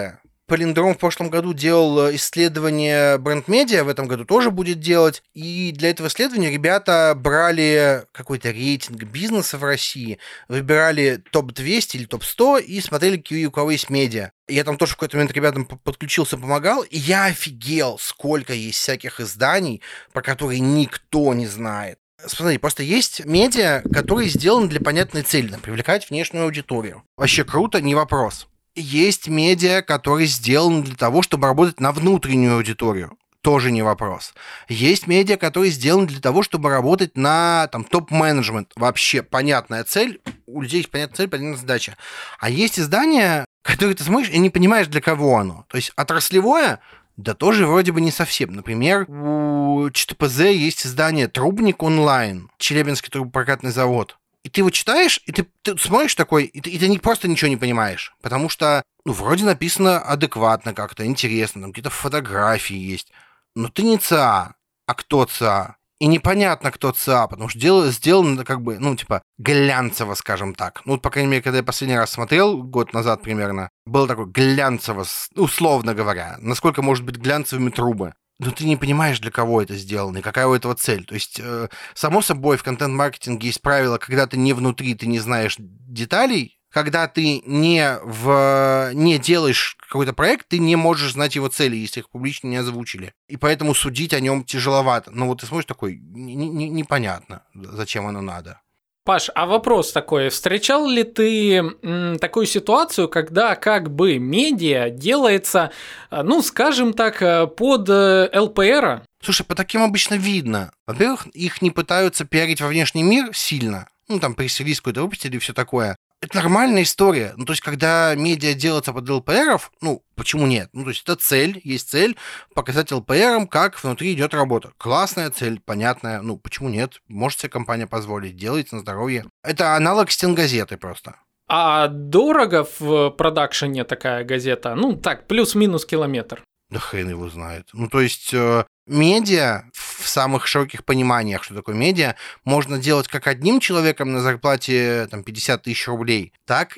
Полиндром в прошлом году делал исследование бренд-медиа, в этом году тоже будет делать. И для этого исследования ребята брали какой-то рейтинг бизнеса в России, выбирали топ двести или топ сто и смотрели, какие у кого есть медиа. Я там тоже в какой-то момент ребятам подключился, помогал, и я офигел, сколько есть всяких изданий, про которые никто не знает. Смотри, просто есть медиа, которые сделаны для понятной цели, привлекать внешнюю аудиторию. Вообще круто, не вопрос. Есть медиа, которые сделаны для того, чтобы работать на внутреннюю аудиторию. Тоже не вопрос. Есть медиа, которые сделаны для того, чтобы работать на там, топ-менеджмент. Вообще понятная цель. У людей есть понятная цель, понятная задача. А есть издания, которые ты смотришь и не понимаешь, для кого оно. То есть отраслевое, да тоже вроде бы не совсем. Например, у ЧТПЗ есть издание «Трубник онлайн», Челябинский трубопрокатный завод. И ты его читаешь, и ты, ты смотришь такой, и ты, и ты не, просто ничего не понимаешь. Потому что, ну, вроде написано адекватно как-то, интересно, там какие-то фотографии есть. Но ты не ЦА, а кто ЦА? И непонятно, кто ЦА, потому что дело, сделано как бы, ну, типа, глянцево, скажем так. Ну, вот, по крайней мере, когда я последний раз смотрел, год назад примерно, было такое глянцево, условно говоря. Насколько может быть глянцевыми трубы. Но ты не понимаешь, для кого это сделано и какая у этого цель. То есть, э, само собой, в контент-маркетинге есть правило, когда ты не внутри, ты не знаешь деталей. Когда ты не, в, не делаешь какой-то проект, ты не можешь знать его цели, если их публично не озвучили. И поэтому судить о нем тяжеловато. Но вот ты смотришь такой, не, не, непонятно, зачем оно надо. Паш, а вопрос такой, встречал ли ты м, такую ситуацию, когда как бы медиа делается, ну, скажем так, под эл пэ эр? Слушай, по таким обычно видно. Во-первых, их не пытаются пиарить во внешний мир сильно. Ну, там, пресс-релиз какой-то выпустили и все такое. Это нормальная история. Ну, то есть, когда медиа делается под эл пэ эров, ну, почему нет? Ну, то есть, это цель, есть цель показать эл пэ эрам, как внутри идет работа. Классная цель, понятная. Ну, почему нет? Может себе компания позволить, делайте на здоровье. Это аналог стенгазеты просто. А дорого в продакшене такая газета? Ну, так, плюс-минус километр. Да хрен его знает. Ну, то есть, э, медиа в самых широких пониманиях, что такое медиа, можно делать как одним человеком на зарплате там, пятьдесят тысяч рублей, так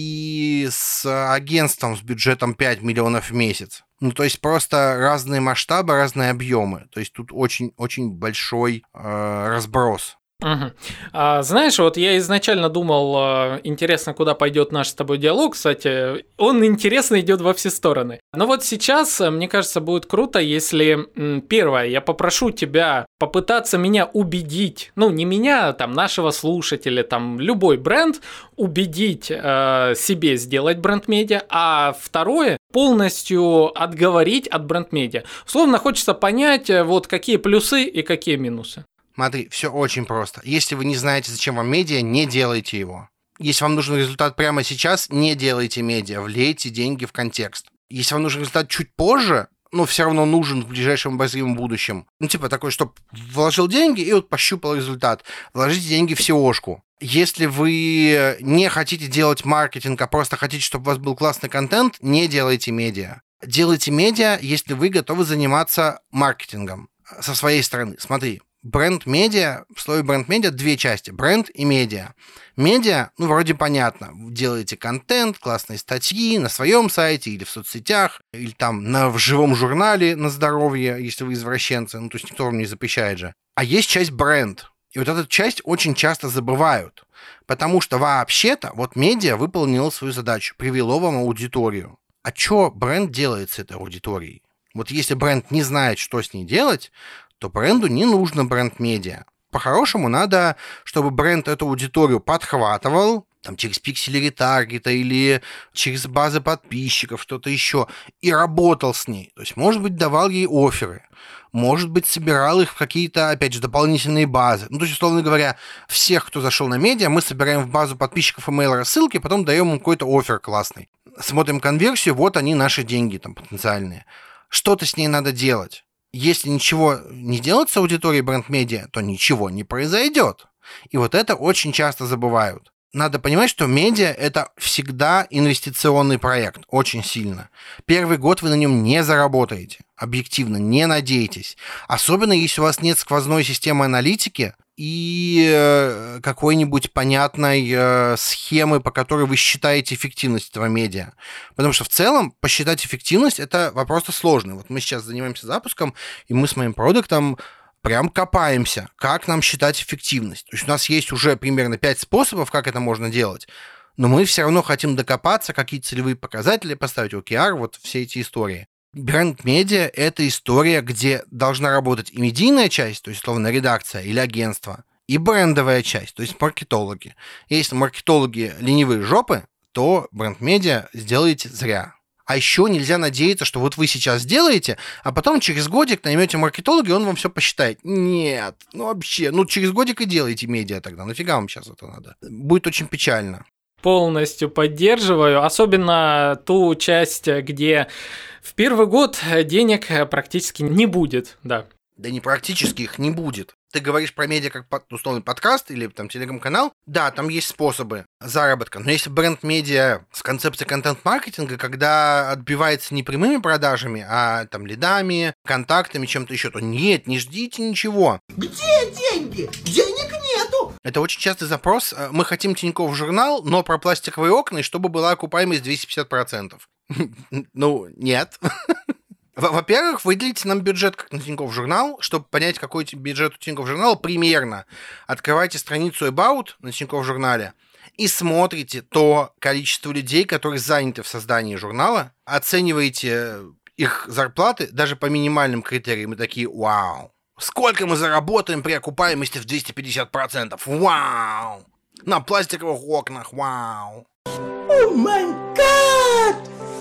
и с агентством с бюджетом пять миллионов в месяц. Ну, то есть, просто разные масштабы, разные объемы. То есть, тут очень-очень большой э, разброс. Угу. А, знаешь, вот я изначально думал, интересно, куда пойдет наш с тобой диалог. Кстати, он интересно идет во все стороны. Но вот сейчас, мне кажется, будет круто, если, первое, я попрошу тебя попытаться меня убедить, ну, не меня, там, нашего слушателя, там, любой бренд, убедить э, себе сделать бренд-медиа, а второе, полностью отговорить от бренд-медиа. Условно, хочется понять, вот, какие плюсы и какие минусы. Смотри, все очень просто. Если вы не знаете, зачем вам медиа, не делайте его. Если вам нужен результат прямо сейчас, не делайте медиа, влейте деньги в контекст. Если вам нужен результат чуть позже, но все равно нужен в ближайшем обозримом будущем, ну, типа такой, чтобы вложил деньги и вот пощупал результат. Вложите деньги в сеошку. Если вы не хотите делать маркетинг, а просто хотите, чтобы у вас был классный контент, не делайте медиа. Делайте медиа, если вы готовы заниматься маркетингом со своей стороны. Смотри. Бренд-медиа, в слове бренд-медиа две части, бренд и медиа. Медиа, ну, вроде понятно, вы делаете контент, классные статьи на своем сайте или в соцсетях, или там на, в живом журнале на здоровье, если вы извращенцы, ну, то есть никто вам не запрещает же. А есть часть бренд, и вот эту часть очень часто забывают, потому что вообще-то вот медиа выполнило свою задачу, привело вам аудиторию. А что бренд делает с этой аудиторией? Вот если бренд не знает, что с ней делать, то бренду не нужно бренд-медиа. По-хорошему надо, чтобы бренд эту аудиторию подхватывал, там, через пиксели ретаргета или через базы подписчиков, что-то еще, и работал с ней. То есть, может быть, давал ей офферы, может быть, собирал их в какие-то, опять же, дополнительные базы. Ну, то есть, условно говоря, всех, кто зашел на медиа, мы собираем в базу подписчиков email-рассылки, потом даем им какой-то оффер классный. Смотрим конверсию, вот они, наши деньги там потенциальные. Что-то с ней надо делать. Если ничего не делать с аудиторией бренд-медиа, то ничего не произойдет. И вот это очень часто забывают. Надо понимать, что медиа – это всегда инвестиционный проект, очень сильно. Первый год вы на нем не заработаете, объективно, не надейтесь. Особенно, если у вас нет сквозной системы аналитики, и какой-нибудь понятной схемы, по которой вы считаете эффективность этого медиа. Потому что в целом посчитать эффективность – это вопрос сложный. Вот мы сейчас занимаемся запуском, и мы с моим продуктом прям копаемся, как нам считать эффективность. То есть у нас есть уже примерно пять способов, как это можно делать, но мы все равно хотим докопаться, какие целевые показатели поставить, о кей ар, вот все эти истории. Бренд-медиа – это история, где должна работать и медийная часть, то есть, условно, редакция или агентство, и брендовая часть, то есть маркетологи. И если маркетологи ленивые жопы, то бренд-медиа сделаете зря. А еще нельзя надеяться, что вот вы сейчас сделаете, а потом через годик наймете маркетолога, и он вам все посчитает. Нет, ну вообще, ну через годик и делайте медиа тогда. Нафига вам сейчас это надо? Будет очень печально. Полностью поддерживаю, особенно ту часть, где в первый год денег практически не будет, да. Да не практически их не будет. Ты говоришь про медиа как условный подкаст или там телеграм-канал, да, там есть способы заработка, но если бренд-медиа с концепцией контент-маркетинга, когда отбивается не прямыми продажами, а там лидами, контактами, чем-то еще, то нет, не ждите ничего. Где деньги? Денег нету! Это очень частый запрос. Мы хотим Тинькофф журнал, но про пластиковые окна, и чтобы была окупаемость двести пятьдесят процентов. Ну, нет. Во-первых, выделите нам бюджет как на Тинькофф журнал, чтобы понять, какой бюджет у Тинькофф журнала примерно. Открывайте страницу About на Тинькофф журнале и смотрите то количество людей, которые заняты в создании журнала, оцениваете их зарплаты даже по минимальным критериям и такие: вау, сколько мы заработаем при окупаемости в двести пятьдесят процентов, вау, на пластиковых окнах, вау. О май гад!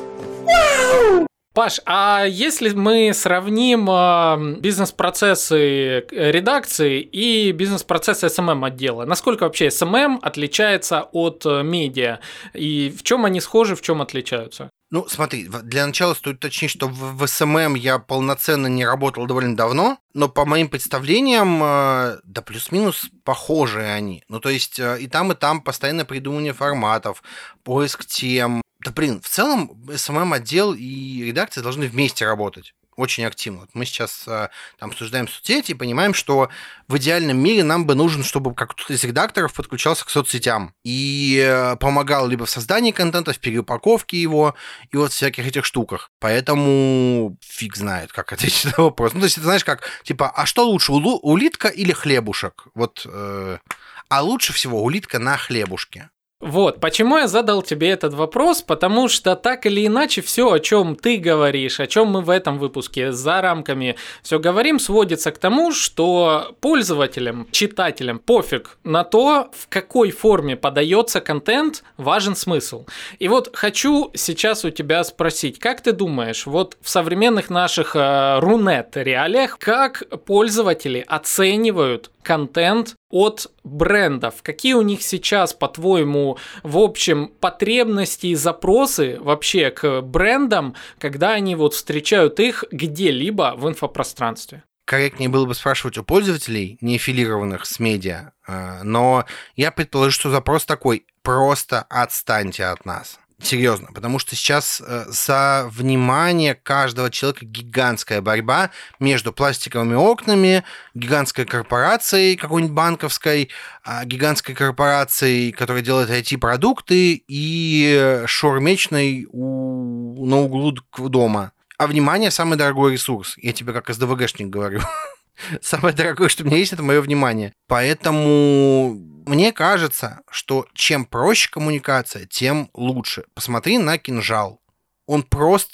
Вау! Паш, а если мы сравним э, бизнес-процессы редакции и бизнес-процессы эс эм эм-отдела, насколько вообще эс эм эм отличается от э, медиа? И в чем они схожи, в чем отличаются? Ну, смотри, для начала стоит уточнить, что в, в эс эм эм я полноценно не работал довольно давно, но по моим представлениям, э, да плюс-минус похожие они. Ну, то есть э, и там, и там постоянное придумывание форматов, поиск тем. Да блин, в целом эс эм эм-отдел и редакция должны вместе работать очень активно. Вот мы сейчас а, там обсуждаем соцсети и понимаем, что в идеальном мире нам бы нужен, чтобы как кто-то из редакторов подключался к соцсетям и а, помогал либо в создании контента, в переупаковке его и вот всяких этих штуках. Поэтому фиг знает, как ответить на вопрос. Ну, то есть, ты знаешь, как, типа, а что лучше, улу- улитка или хлебушек? Вот, э, а лучше всего улитка на хлебушке. Вот, почему я задал тебе этот вопрос, потому что так или иначе все, о чем ты говоришь, о чем мы в этом выпуске за рамками все говорим, сводится к тому, что пользователям, читателям пофиг на то, в какой форме подается контент, важен смысл. И вот хочу сейчас у тебя спросить, как ты думаешь, вот в современных наших э, Рунет-реалиях, как пользователи оценивают контент от брендов? Какие у них сейчас, по-твоему, в общем, потребности и запросы вообще к брендам, когда они вот встречают их где-либо в инфопространстве? Корректнее было бы спрашивать у пользователей, не аффилированных с медиа, но я предположу, что запрос такой: просто отстаньте от нас. Серьезно, потому что сейчас за внимание каждого человека гигантская борьба между пластиковыми окнами, гигантской корпорацией какой-нибудь банковской, гигантской корпорацией, которая делает ай ти-продукты, и шаурмечной у... на углу дома. А внимание – самый дорогой ресурс. Я тебе как эс дэ вэ гэшник говорю. Самое дорогое, что у меня есть, это мое внимание. Поэтому мне кажется, что чем проще коммуникация, тем лучше. Посмотри на кинжал. Он прост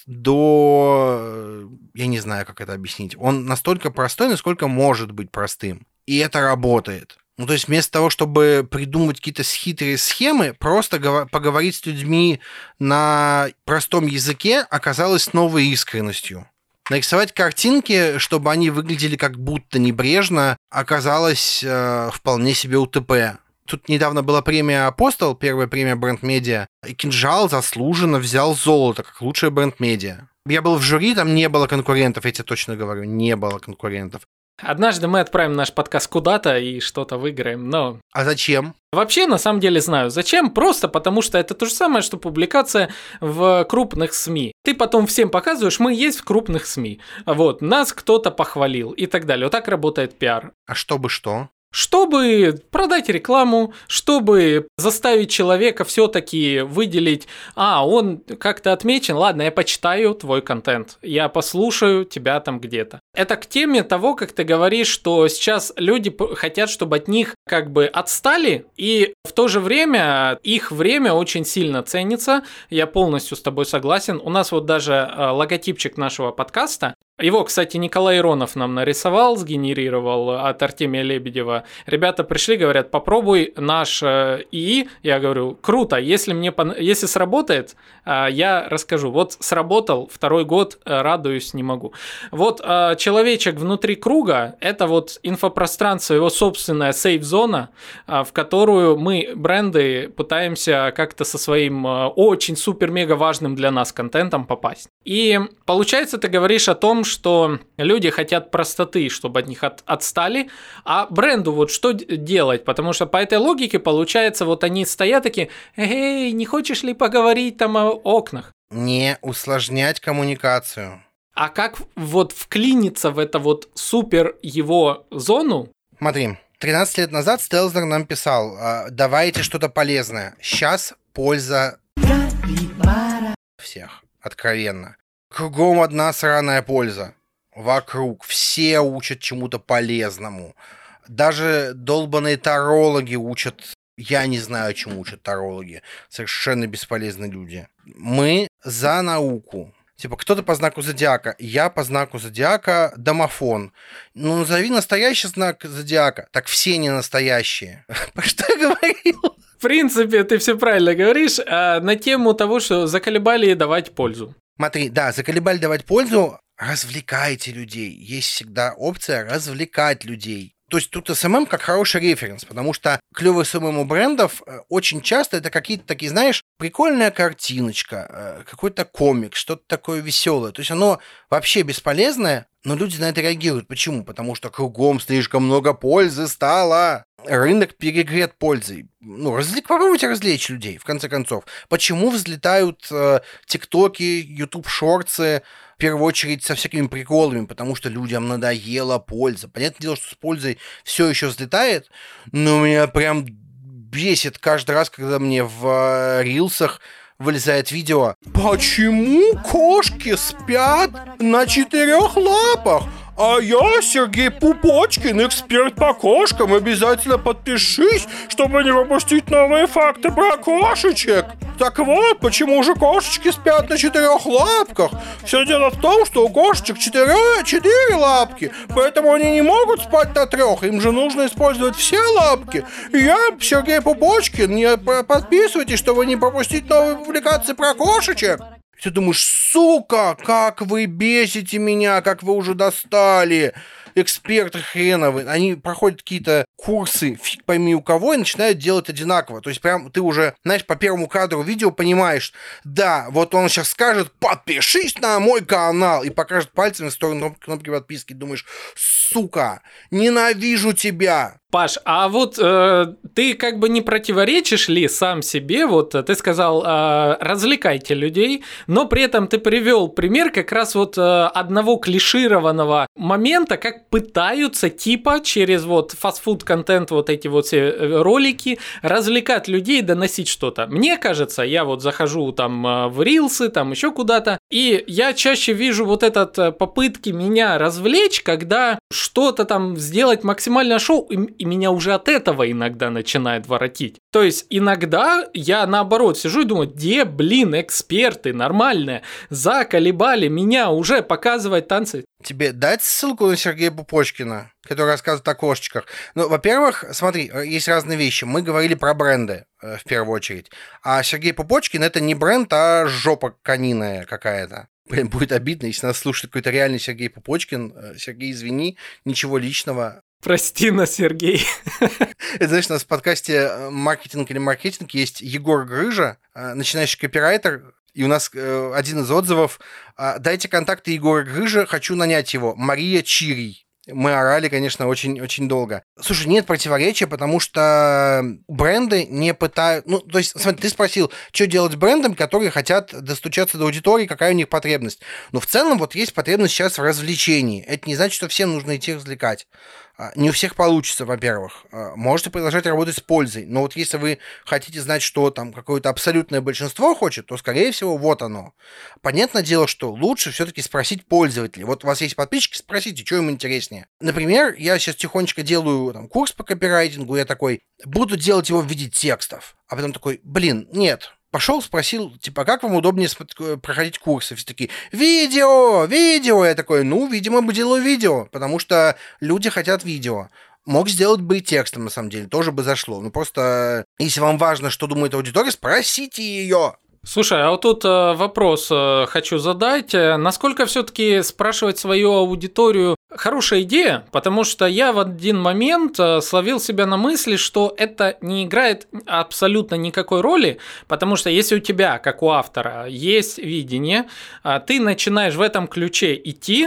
до... Я не знаю, как это объяснить. Он настолько простой, насколько может быть простым. И это работает. Ну, то есть вместо того, чтобы придумывать какие-то хитрые схемы, просто гов- поговорить с людьми на простом языке оказалось новой искренностью. Нарисовать картинки, чтобы они выглядели как будто небрежно, оказалось э, вполне себе у тэ пэ. Тут недавно была премия «Апостол», первая премия бренд-медиа, и «Кинжал» заслуженно взял золото как лучшая бренд-медиа. Я был в жюри, там не было конкурентов, я тебе точно говорю, не было конкурентов. Однажды мы отправим наш подкаст куда-то и что-то выиграем, но... А зачем? Вообще, на самом деле, знаю. Зачем? Просто потому, что это то же самое, что публикация в крупных СМИ. Ты потом всем показываешь, мы есть в крупных СМИ. Вот, нас кто-то похвалил и так далее. Вот так работает пиар. А чтобы что? чтобы продать рекламу, чтобы заставить человека все-таки выделить, а, он как-то отмечен, ладно, я почитаю твой контент, я послушаю тебя там где-то. Это к теме того, как ты говоришь, что сейчас люди хотят, чтобы от них как бы отстали, и в то же время их время очень сильно ценится, я полностью с тобой согласен. У нас вот даже логотипчик нашего подкаста, его, кстати, Николай Иронов нам нарисовал, сгенерировал от Артемия Лебедева. Ребята пришли, говорят, попробуй наш ИИ. Я говорю, круто, если мне пон... если сработает, я расскажу. Вот сработал, второй год, радуюсь, не могу. Вот человечек внутри круга, это вот инфопространство, его собственная сейф-зона, в которую мы, бренды, пытаемся как-то со своим очень супер-мега важным для нас контентом попасть. И получается, ты говоришь о том, что люди хотят простоты, чтобы от них от, отстали, а бренду вот что делать? Потому что по этой логике получается, вот они стоят такие, эй, не хочешь ли поговорить там о окнах? Не усложнять коммуникацию. А как вот вклиниться в это вот супер его зону? Смотри, тринадцать лет назад Стелзнер нам писал, давайте что-то полезное. Сейчас польза всех, откровенно. Кругом одна сраная польза. Вокруг. Все учат чему-то полезному. Даже долбаные тарологи учат... Я не знаю, чему учат тарологи. Совершенно бесполезные люди. Мы за науку. Типа, кто-то по знаку зодиака. Я по знаку зодиака домофон. Ну, назови настоящий знак зодиака. Так все не настоящие. Про что я говорил? В принципе, ты все правильно говоришь. А на тему того, что заколебали давать пользу. Смотри, да, заколебали давать пользу, развлекайте людей. Есть всегда опция развлекать людей. То есть тут эс эм эм как хороший референс, потому что клевый эс эм эм у брендов очень часто это какие-то такие, знаешь, прикольная картиночка, какой-то комик, что-то такое веселое. То есть оно вообще бесполезное, но люди на это реагируют. Почему? Потому что кругом слишком много пользы стало. Рынок перегрет пользой. Ну, развлек, попробуйте развлечь людей, в конце концов. Почему взлетают э, тиктоки, ютуб-шортсы, в первую очередь со всякими приколами? Потому что людям надоела польза. Понятное дело, что с пользой все еще взлетает, но меня прям бесит каждый раз, когда мне в э, рилсах вылезает видео. Почему кошки спят на четырех лапах? А я, Сергей Пупочкин, эксперт по кошкам. Обязательно подпишись, чтобы не пропустить новые факты про кошечек. Так вот, почему же кошечки спят на четырех лапках? Все дело в том, что у кошечек четыре, четыре лапки, поэтому они не могут спать на трех. Им же нужно использовать все лапки. И я, Сергей Пупочкин, не подписывайтесь, чтобы не пропустить новые публикации про кошечек. Ты думаешь, сука, как вы бесите меня, как вы уже достали. Эксперты хреновы, они проходят какие-то курсы, фиг пойми у кого, и начинают делать одинаково. То есть прям ты уже, знаешь, по первому кадру видео понимаешь, да, вот он сейчас скажет, подпишись на мой канал, и покажет пальцем в сторону кнопки подписки. Думаешь, сука, ненавижу тебя. Паш, а вот э, ты как бы не противоречишь ли сам себе? Вот ты сказал, э, развлекайте людей, но при этом ты привел пример как раз вот э, одного клишированного момента, как пытаются типа через вот фастфуд-контент, вот эти вот все ролики, развлекать людей, доносить что-то. Мне кажется, я вот захожу там в рилсы, там еще куда-то, и я чаще вижу вот этот попытки меня развлечь, когда что-то там сделать максимально шоу, и меня уже от этого иногда начинает воротить. То есть иногда я наоборот сижу и думаю, где, блин, эксперты нормальные, заколебали меня уже показывать танцы. Тебе дать ссылку на Сергея Пупочкина, который рассказывает о кошечках? Ну, во-первых, смотри, есть разные вещи. Мы говорили про бренды э, в первую очередь. А Сергей Пупочкин — это не бренд, а жопа каниная какая-то. Блин, будет обидно, если нас слушает какой-то реальный Сергей Пупочкин. Сергей, извини, ничего личного. Прости нас, Сергей. Это, знаешь, у нас в подкасте «Маркетинг или маркетинг» есть Егор Грыжа, начинающий копирайтер, и у нас один из отзывов: «Дайте контакты Егора Грыжа, хочу нанять его. Мария Чирий». Мы орали, конечно, очень-очень долго. Слушай, нет противоречия, потому что бренды не пытают... Ну, то есть, смотри, ты спросил, что делать с брендами, которые хотят достучаться до аудитории, какая у них потребность. Но в целом вот есть потребность сейчас в развлечении. Это не значит, что всем нужно идти развлекать. Не у всех получится, во-первых. Можете продолжать работать с пользой, но вот если вы хотите знать, что там какое-то абсолютное большинство хочет, то, скорее всего, вот оно. Понятное дело, что лучше все-таки спросить пользователей. Вот у вас есть подписчики, спросите, что им интереснее. Например, я сейчас тихонечко делаю там, курс по копирайтингу, я такой, буду делать его в виде текстов. А потом такой, блин, нет. Пошел, спросил, типа, как вам удобнее проходить курсы? Все такие, видео, видео. Я такой, ну, видимо, делаю видео, потому что люди хотят видео. Мог сделать бы и текстом, на самом деле, тоже бы зашло. Ну, просто, если вам важно, что думает аудитория, спросите ее. Слушай, а вот тут э, вопрос э, хочу задать. Насколько все-таки спрашивать свою аудиторию хорошая идея? Потому что я в один момент э, словил себя на мысли, что это не играет абсолютно никакой роли, потому что если у тебя, как у автора, есть видение, э, ты начинаешь в этом ключе идти,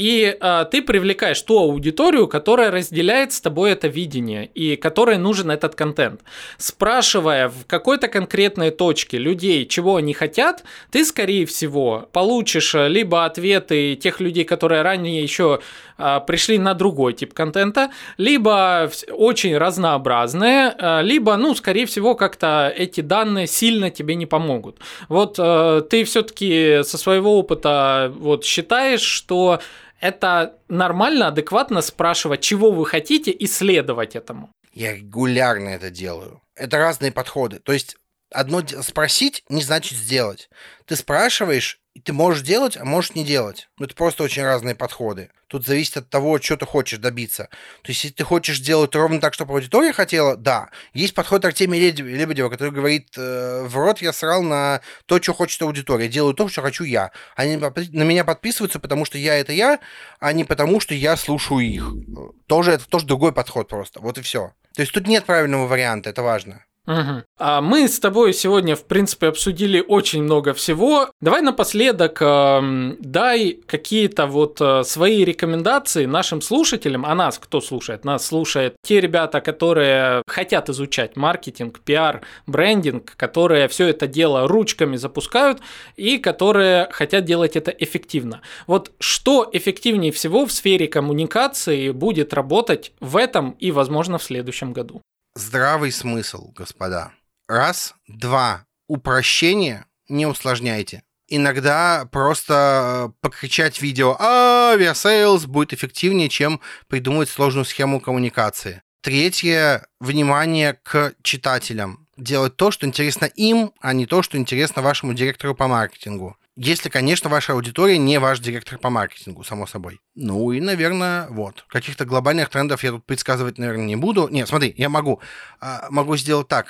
и а, ты привлекаешь ту аудиторию, которая разделяет с тобой это видение и которой нужен этот контент. Спрашивая в какой-то конкретной точке людей, чего они хотят, ты, скорее всего, получишь либо ответы тех людей, которые ранее еще а, пришли на другой тип контента, либо очень разнообразные, а, либо, ну, скорее всего, как-то эти данные сильно тебе не помогут. Вот а, ты все-таки со своего опыта вот считаешь, что это нормально, адекватно спрашивать, чего вы хотите, и следовать этому? Я регулярно это делаю. Это разные подходы. То есть одно спросить не значит сделать. Ты спрашиваешь, и ты можешь делать, а можешь не делать. Ну, это просто очень разные подходы. Тут зависит от того, что ты хочешь добиться. То есть, если ты хочешь делать ровно так, чтобы аудитория хотела, да. Есть подход Артемия Лебедева, который говорит, э, в рот я срал на то, что хочет аудитория. Делаю то, что хочу я. Они на меня подписываются, потому что я это я, а не потому, что я слушаю их. Тоже это тоже другой подход просто. Вот и все. То есть, тут нет правильного варианта, это важно. Угу. А мы с тобой сегодня, в принципе, обсудили очень много всего. Давай напоследок э, дай какие-то вот э, свои рекомендации нашим слушателям. А нас кто слушает? Нас слушают те ребята, которые хотят изучать маркетинг, пиар, брендинг, которые все это дело ручками запускают и которые хотят делать это эффективно. Вот что эффективнее всего в сфере коммуникации будет работать в этом и, возможно, в следующем году? Здравый смысл, господа. Раз, два. Упрощение не усложняйте. Иногда просто покричать видео «Авиасейлс» будет эффективнее, чем придумать сложную схему коммуникации. Третье. Внимание к читателям. Делать то, что интересно им, а не то, что интересно вашему директору по маркетингу. Если, конечно, ваша аудитория не ваш директор по маркетингу, само собой. Ну и, наверное, вот. Каких-то глобальных трендов я тут предсказывать, наверное, не буду. Нет, смотри, я могу. Могу сделать так.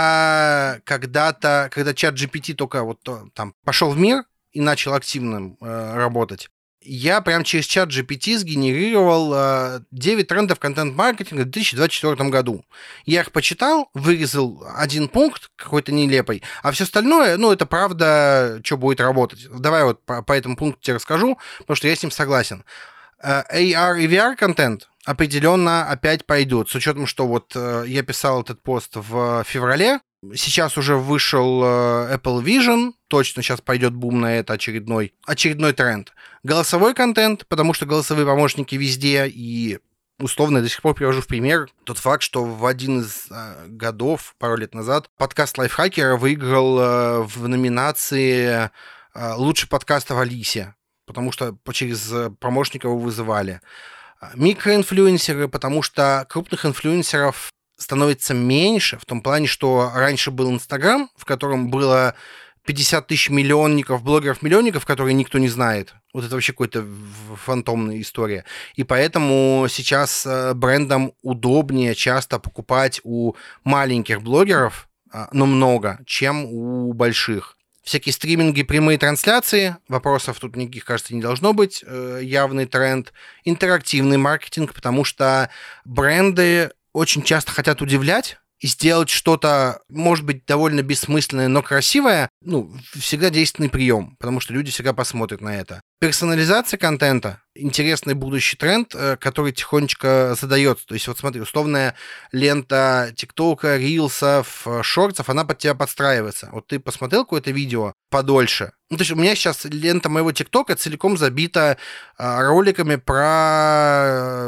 Я когда-то, когда чат джи пи ти только вот там пошел в мир и начал активно э, работать, я прям через чат джи пи ти сгенерировал э, девять трендов контент-маркетинга в две тысячи двадцать четвёртом году. Я их почитал, вырезал один пункт какой-то нелепый, а все остальное, ну, это правда, что будет работать. Давай вот по, по этому пункту тебе расскажу, потому что я с ним согласен. Э, эй ар и ви ар-контент определенно опять пойдут, с учетом, что вот э, я писал этот пост в феврале, сейчас уже вышел Apple Vision, точно сейчас пойдет бум на это, очередной, очередной тренд. Голосовой контент, потому что голосовые помощники везде, и условно я до сих пор привожу в пример тот факт, что в один из годов, пару лет назад, подкаст Лайфхакера выиграл в номинации «Лучший подкаст в Алисе», потому что через помощника его вызывали. Микроинфлюенсеры, потому что крупных инфлюенсеров становится меньше, в том плане, что раньше был Инстаграм, в котором было пятьдесят тысяч миллионников, блогеров-миллионников, которые никто не знает. Вот это вообще какая-то фантомная история. И поэтому сейчас брендам удобнее часто покупать у маленьких блогеров, но много, чем у больших. Всякие стриминги, прямые трансляции, вопросов тут никаких, кажется, не должно быть, явный тренд. Интерактивный маркетинг, потому что бренды очень часто хотят удивлять и сделать что-то, может быть, довольно бессмысленное, но красивое, ну, всегда действенный прием, потому что люди всегда посмотрят на это. Персонализация контента – интересный будущий тренд, который тихонечко задается. То есть, вот смотри, условная лента ТикТока, Рилсов, Шортсов, она под тебя подстраивается. Вот ты посмотрел какое-то видео подольше. Ну, то есть у меня сейчас лента моего ТикТока целиком забита роликами про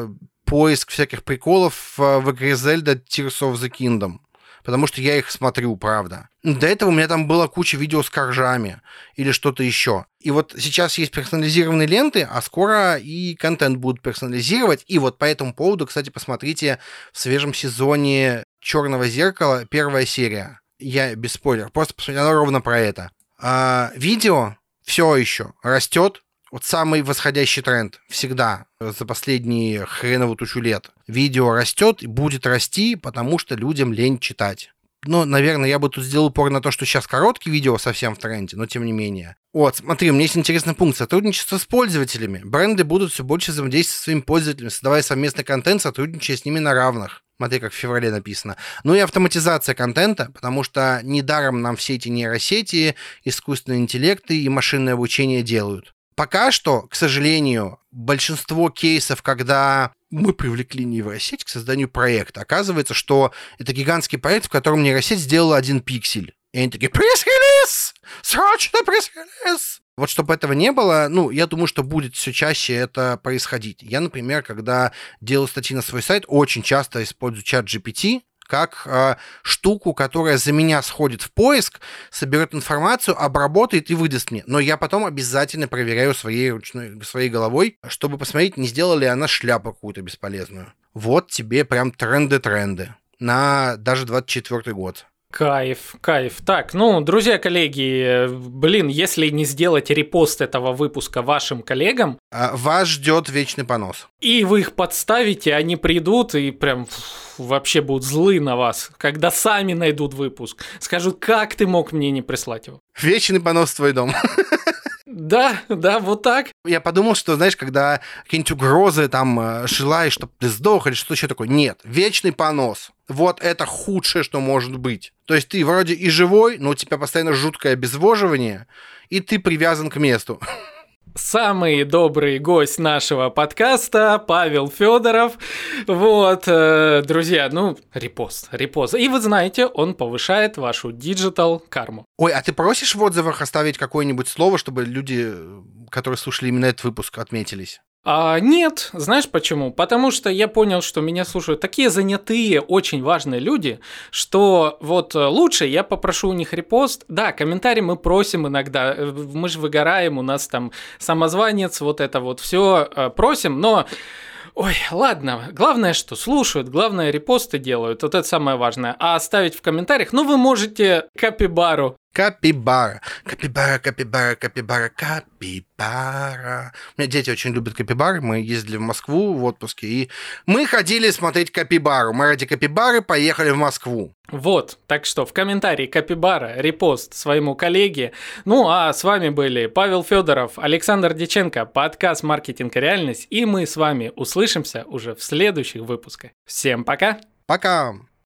поиск всяких приколов в игре Zelda Tears of the Kingdom. Потому что я их смотрю, правда. До этого у меня там была куча видео с коржами или что-то еще. И вот сейчас есть персонализированные ленты, а скоро и контент будут персонализировать. И вот по этому поводу, кстати, посмотрите в свежем сезоне «Черного зеркала» первая серия. Я без спойлеров, просто посмотрите, оно ровно про это. А, видео все еще растет. Вот самый восходящий тренд всегда за последние хреновую тучу лет. Видео растет и будет расти, потому что людям лень читать. Ну, наверное, я бы тут сделал упор на то, что сейчас короткие видео совсем в тренде, но тем не менее. Вот, смотри, у меня есть интересный пункт. Сотрудничество с пользователями. Бренды будут все больше взаимодействовать со своими пользователями, создавая совместный контент, сотрудничая с ними на равных. Смотри, как в феврале написано. Ну и автоматизация контента, потому что недаром нам все эти нейросети, искусственные интеллекты и машинное обучение делают. Пока что, к сожалению, большинство кейсов, когда мы привлекли нейросеть к созданию проекта, оказывается, что это гигантский проект, в котором нейросеть сделала один пиксель. И они такие: пресс-релиз! Срочно пресс-релиз! Вот чтобы этого не было, ну, я думаю, что будет все чаще это происходить. Я, например, когда делаю статьи на свой сайт, очень часто использую чат джи пи ти, как э, штуку, которая за меня сходит в поиск, соберет информацию, обработает и выдаст мне. Но я потом обязательно проверяю своей, ручной, своей головой, чтобы посмотреть, не сделала ли она шляпу какую-то бесполезную. Вот тебе прям тренды-тренды на даже двадцать четвёртый год. Кайф, кайф. Так, ну, друзья, коллеги, блин, если не сделать репост этого выпуска вашим коллегам... Вас ждет вечный понос. И вы их подставите, они придут и прям фу, вообще будут злы на вас, когда сами найдут выпуск. Скажут: как ты мог мне не прислать его? Вечный понос в твой дом. Да, да, вот так. Я подумал, что, знаешь, когда какие-нибудь угрозы там желаешь, чтобы ты сдох или что-то еще такое. Нет, вечный понос. Вот это худшее, что может быть. То есть ты вроде и живой, но у тебя постоянно жуткое обезвоживание, и ты привязан к месту. Самый добрый гость нашего подкаста Павел Федоров. Вот, э, друзья, ну, репост, репост. И вы знаете, он повышает вашу диджитал карму. Ой, а ты просишь в отзывах оставить какое-нибудь слово, чтобы люди, которые слушали именно этот выпуск, отметились? А, нет, знаешь почему? Потому что я понял, что меня слушают такие занятые, очень важные люди, что вот лучше я попрошу у них репост. Да, комментарий мы просим иногда, мы же выгораем, у нас там самозванец, вот это вот все просим, но... Ой, ладно, главное, что слушают, главное, репосты делают, вот это самое важное. А оставить в комментариях, ну, вы можете капибару. Капибара, капибара, капибара, капибара, капибара. У меня дети очень любят капибары, мы ездили в Москву в отпуске, и мы ходили смотреть капибару. Мы ради капибары поехали в Москву. Вот, так что в комментарии капибара, репост своему коллеге. Ну, а с вами были Павел Федоров, Александр Дьяченко, подкаст «Маркетинг и реальность», и мы с вами услышимся уже в следующих выпусках. Всем пока! Пока!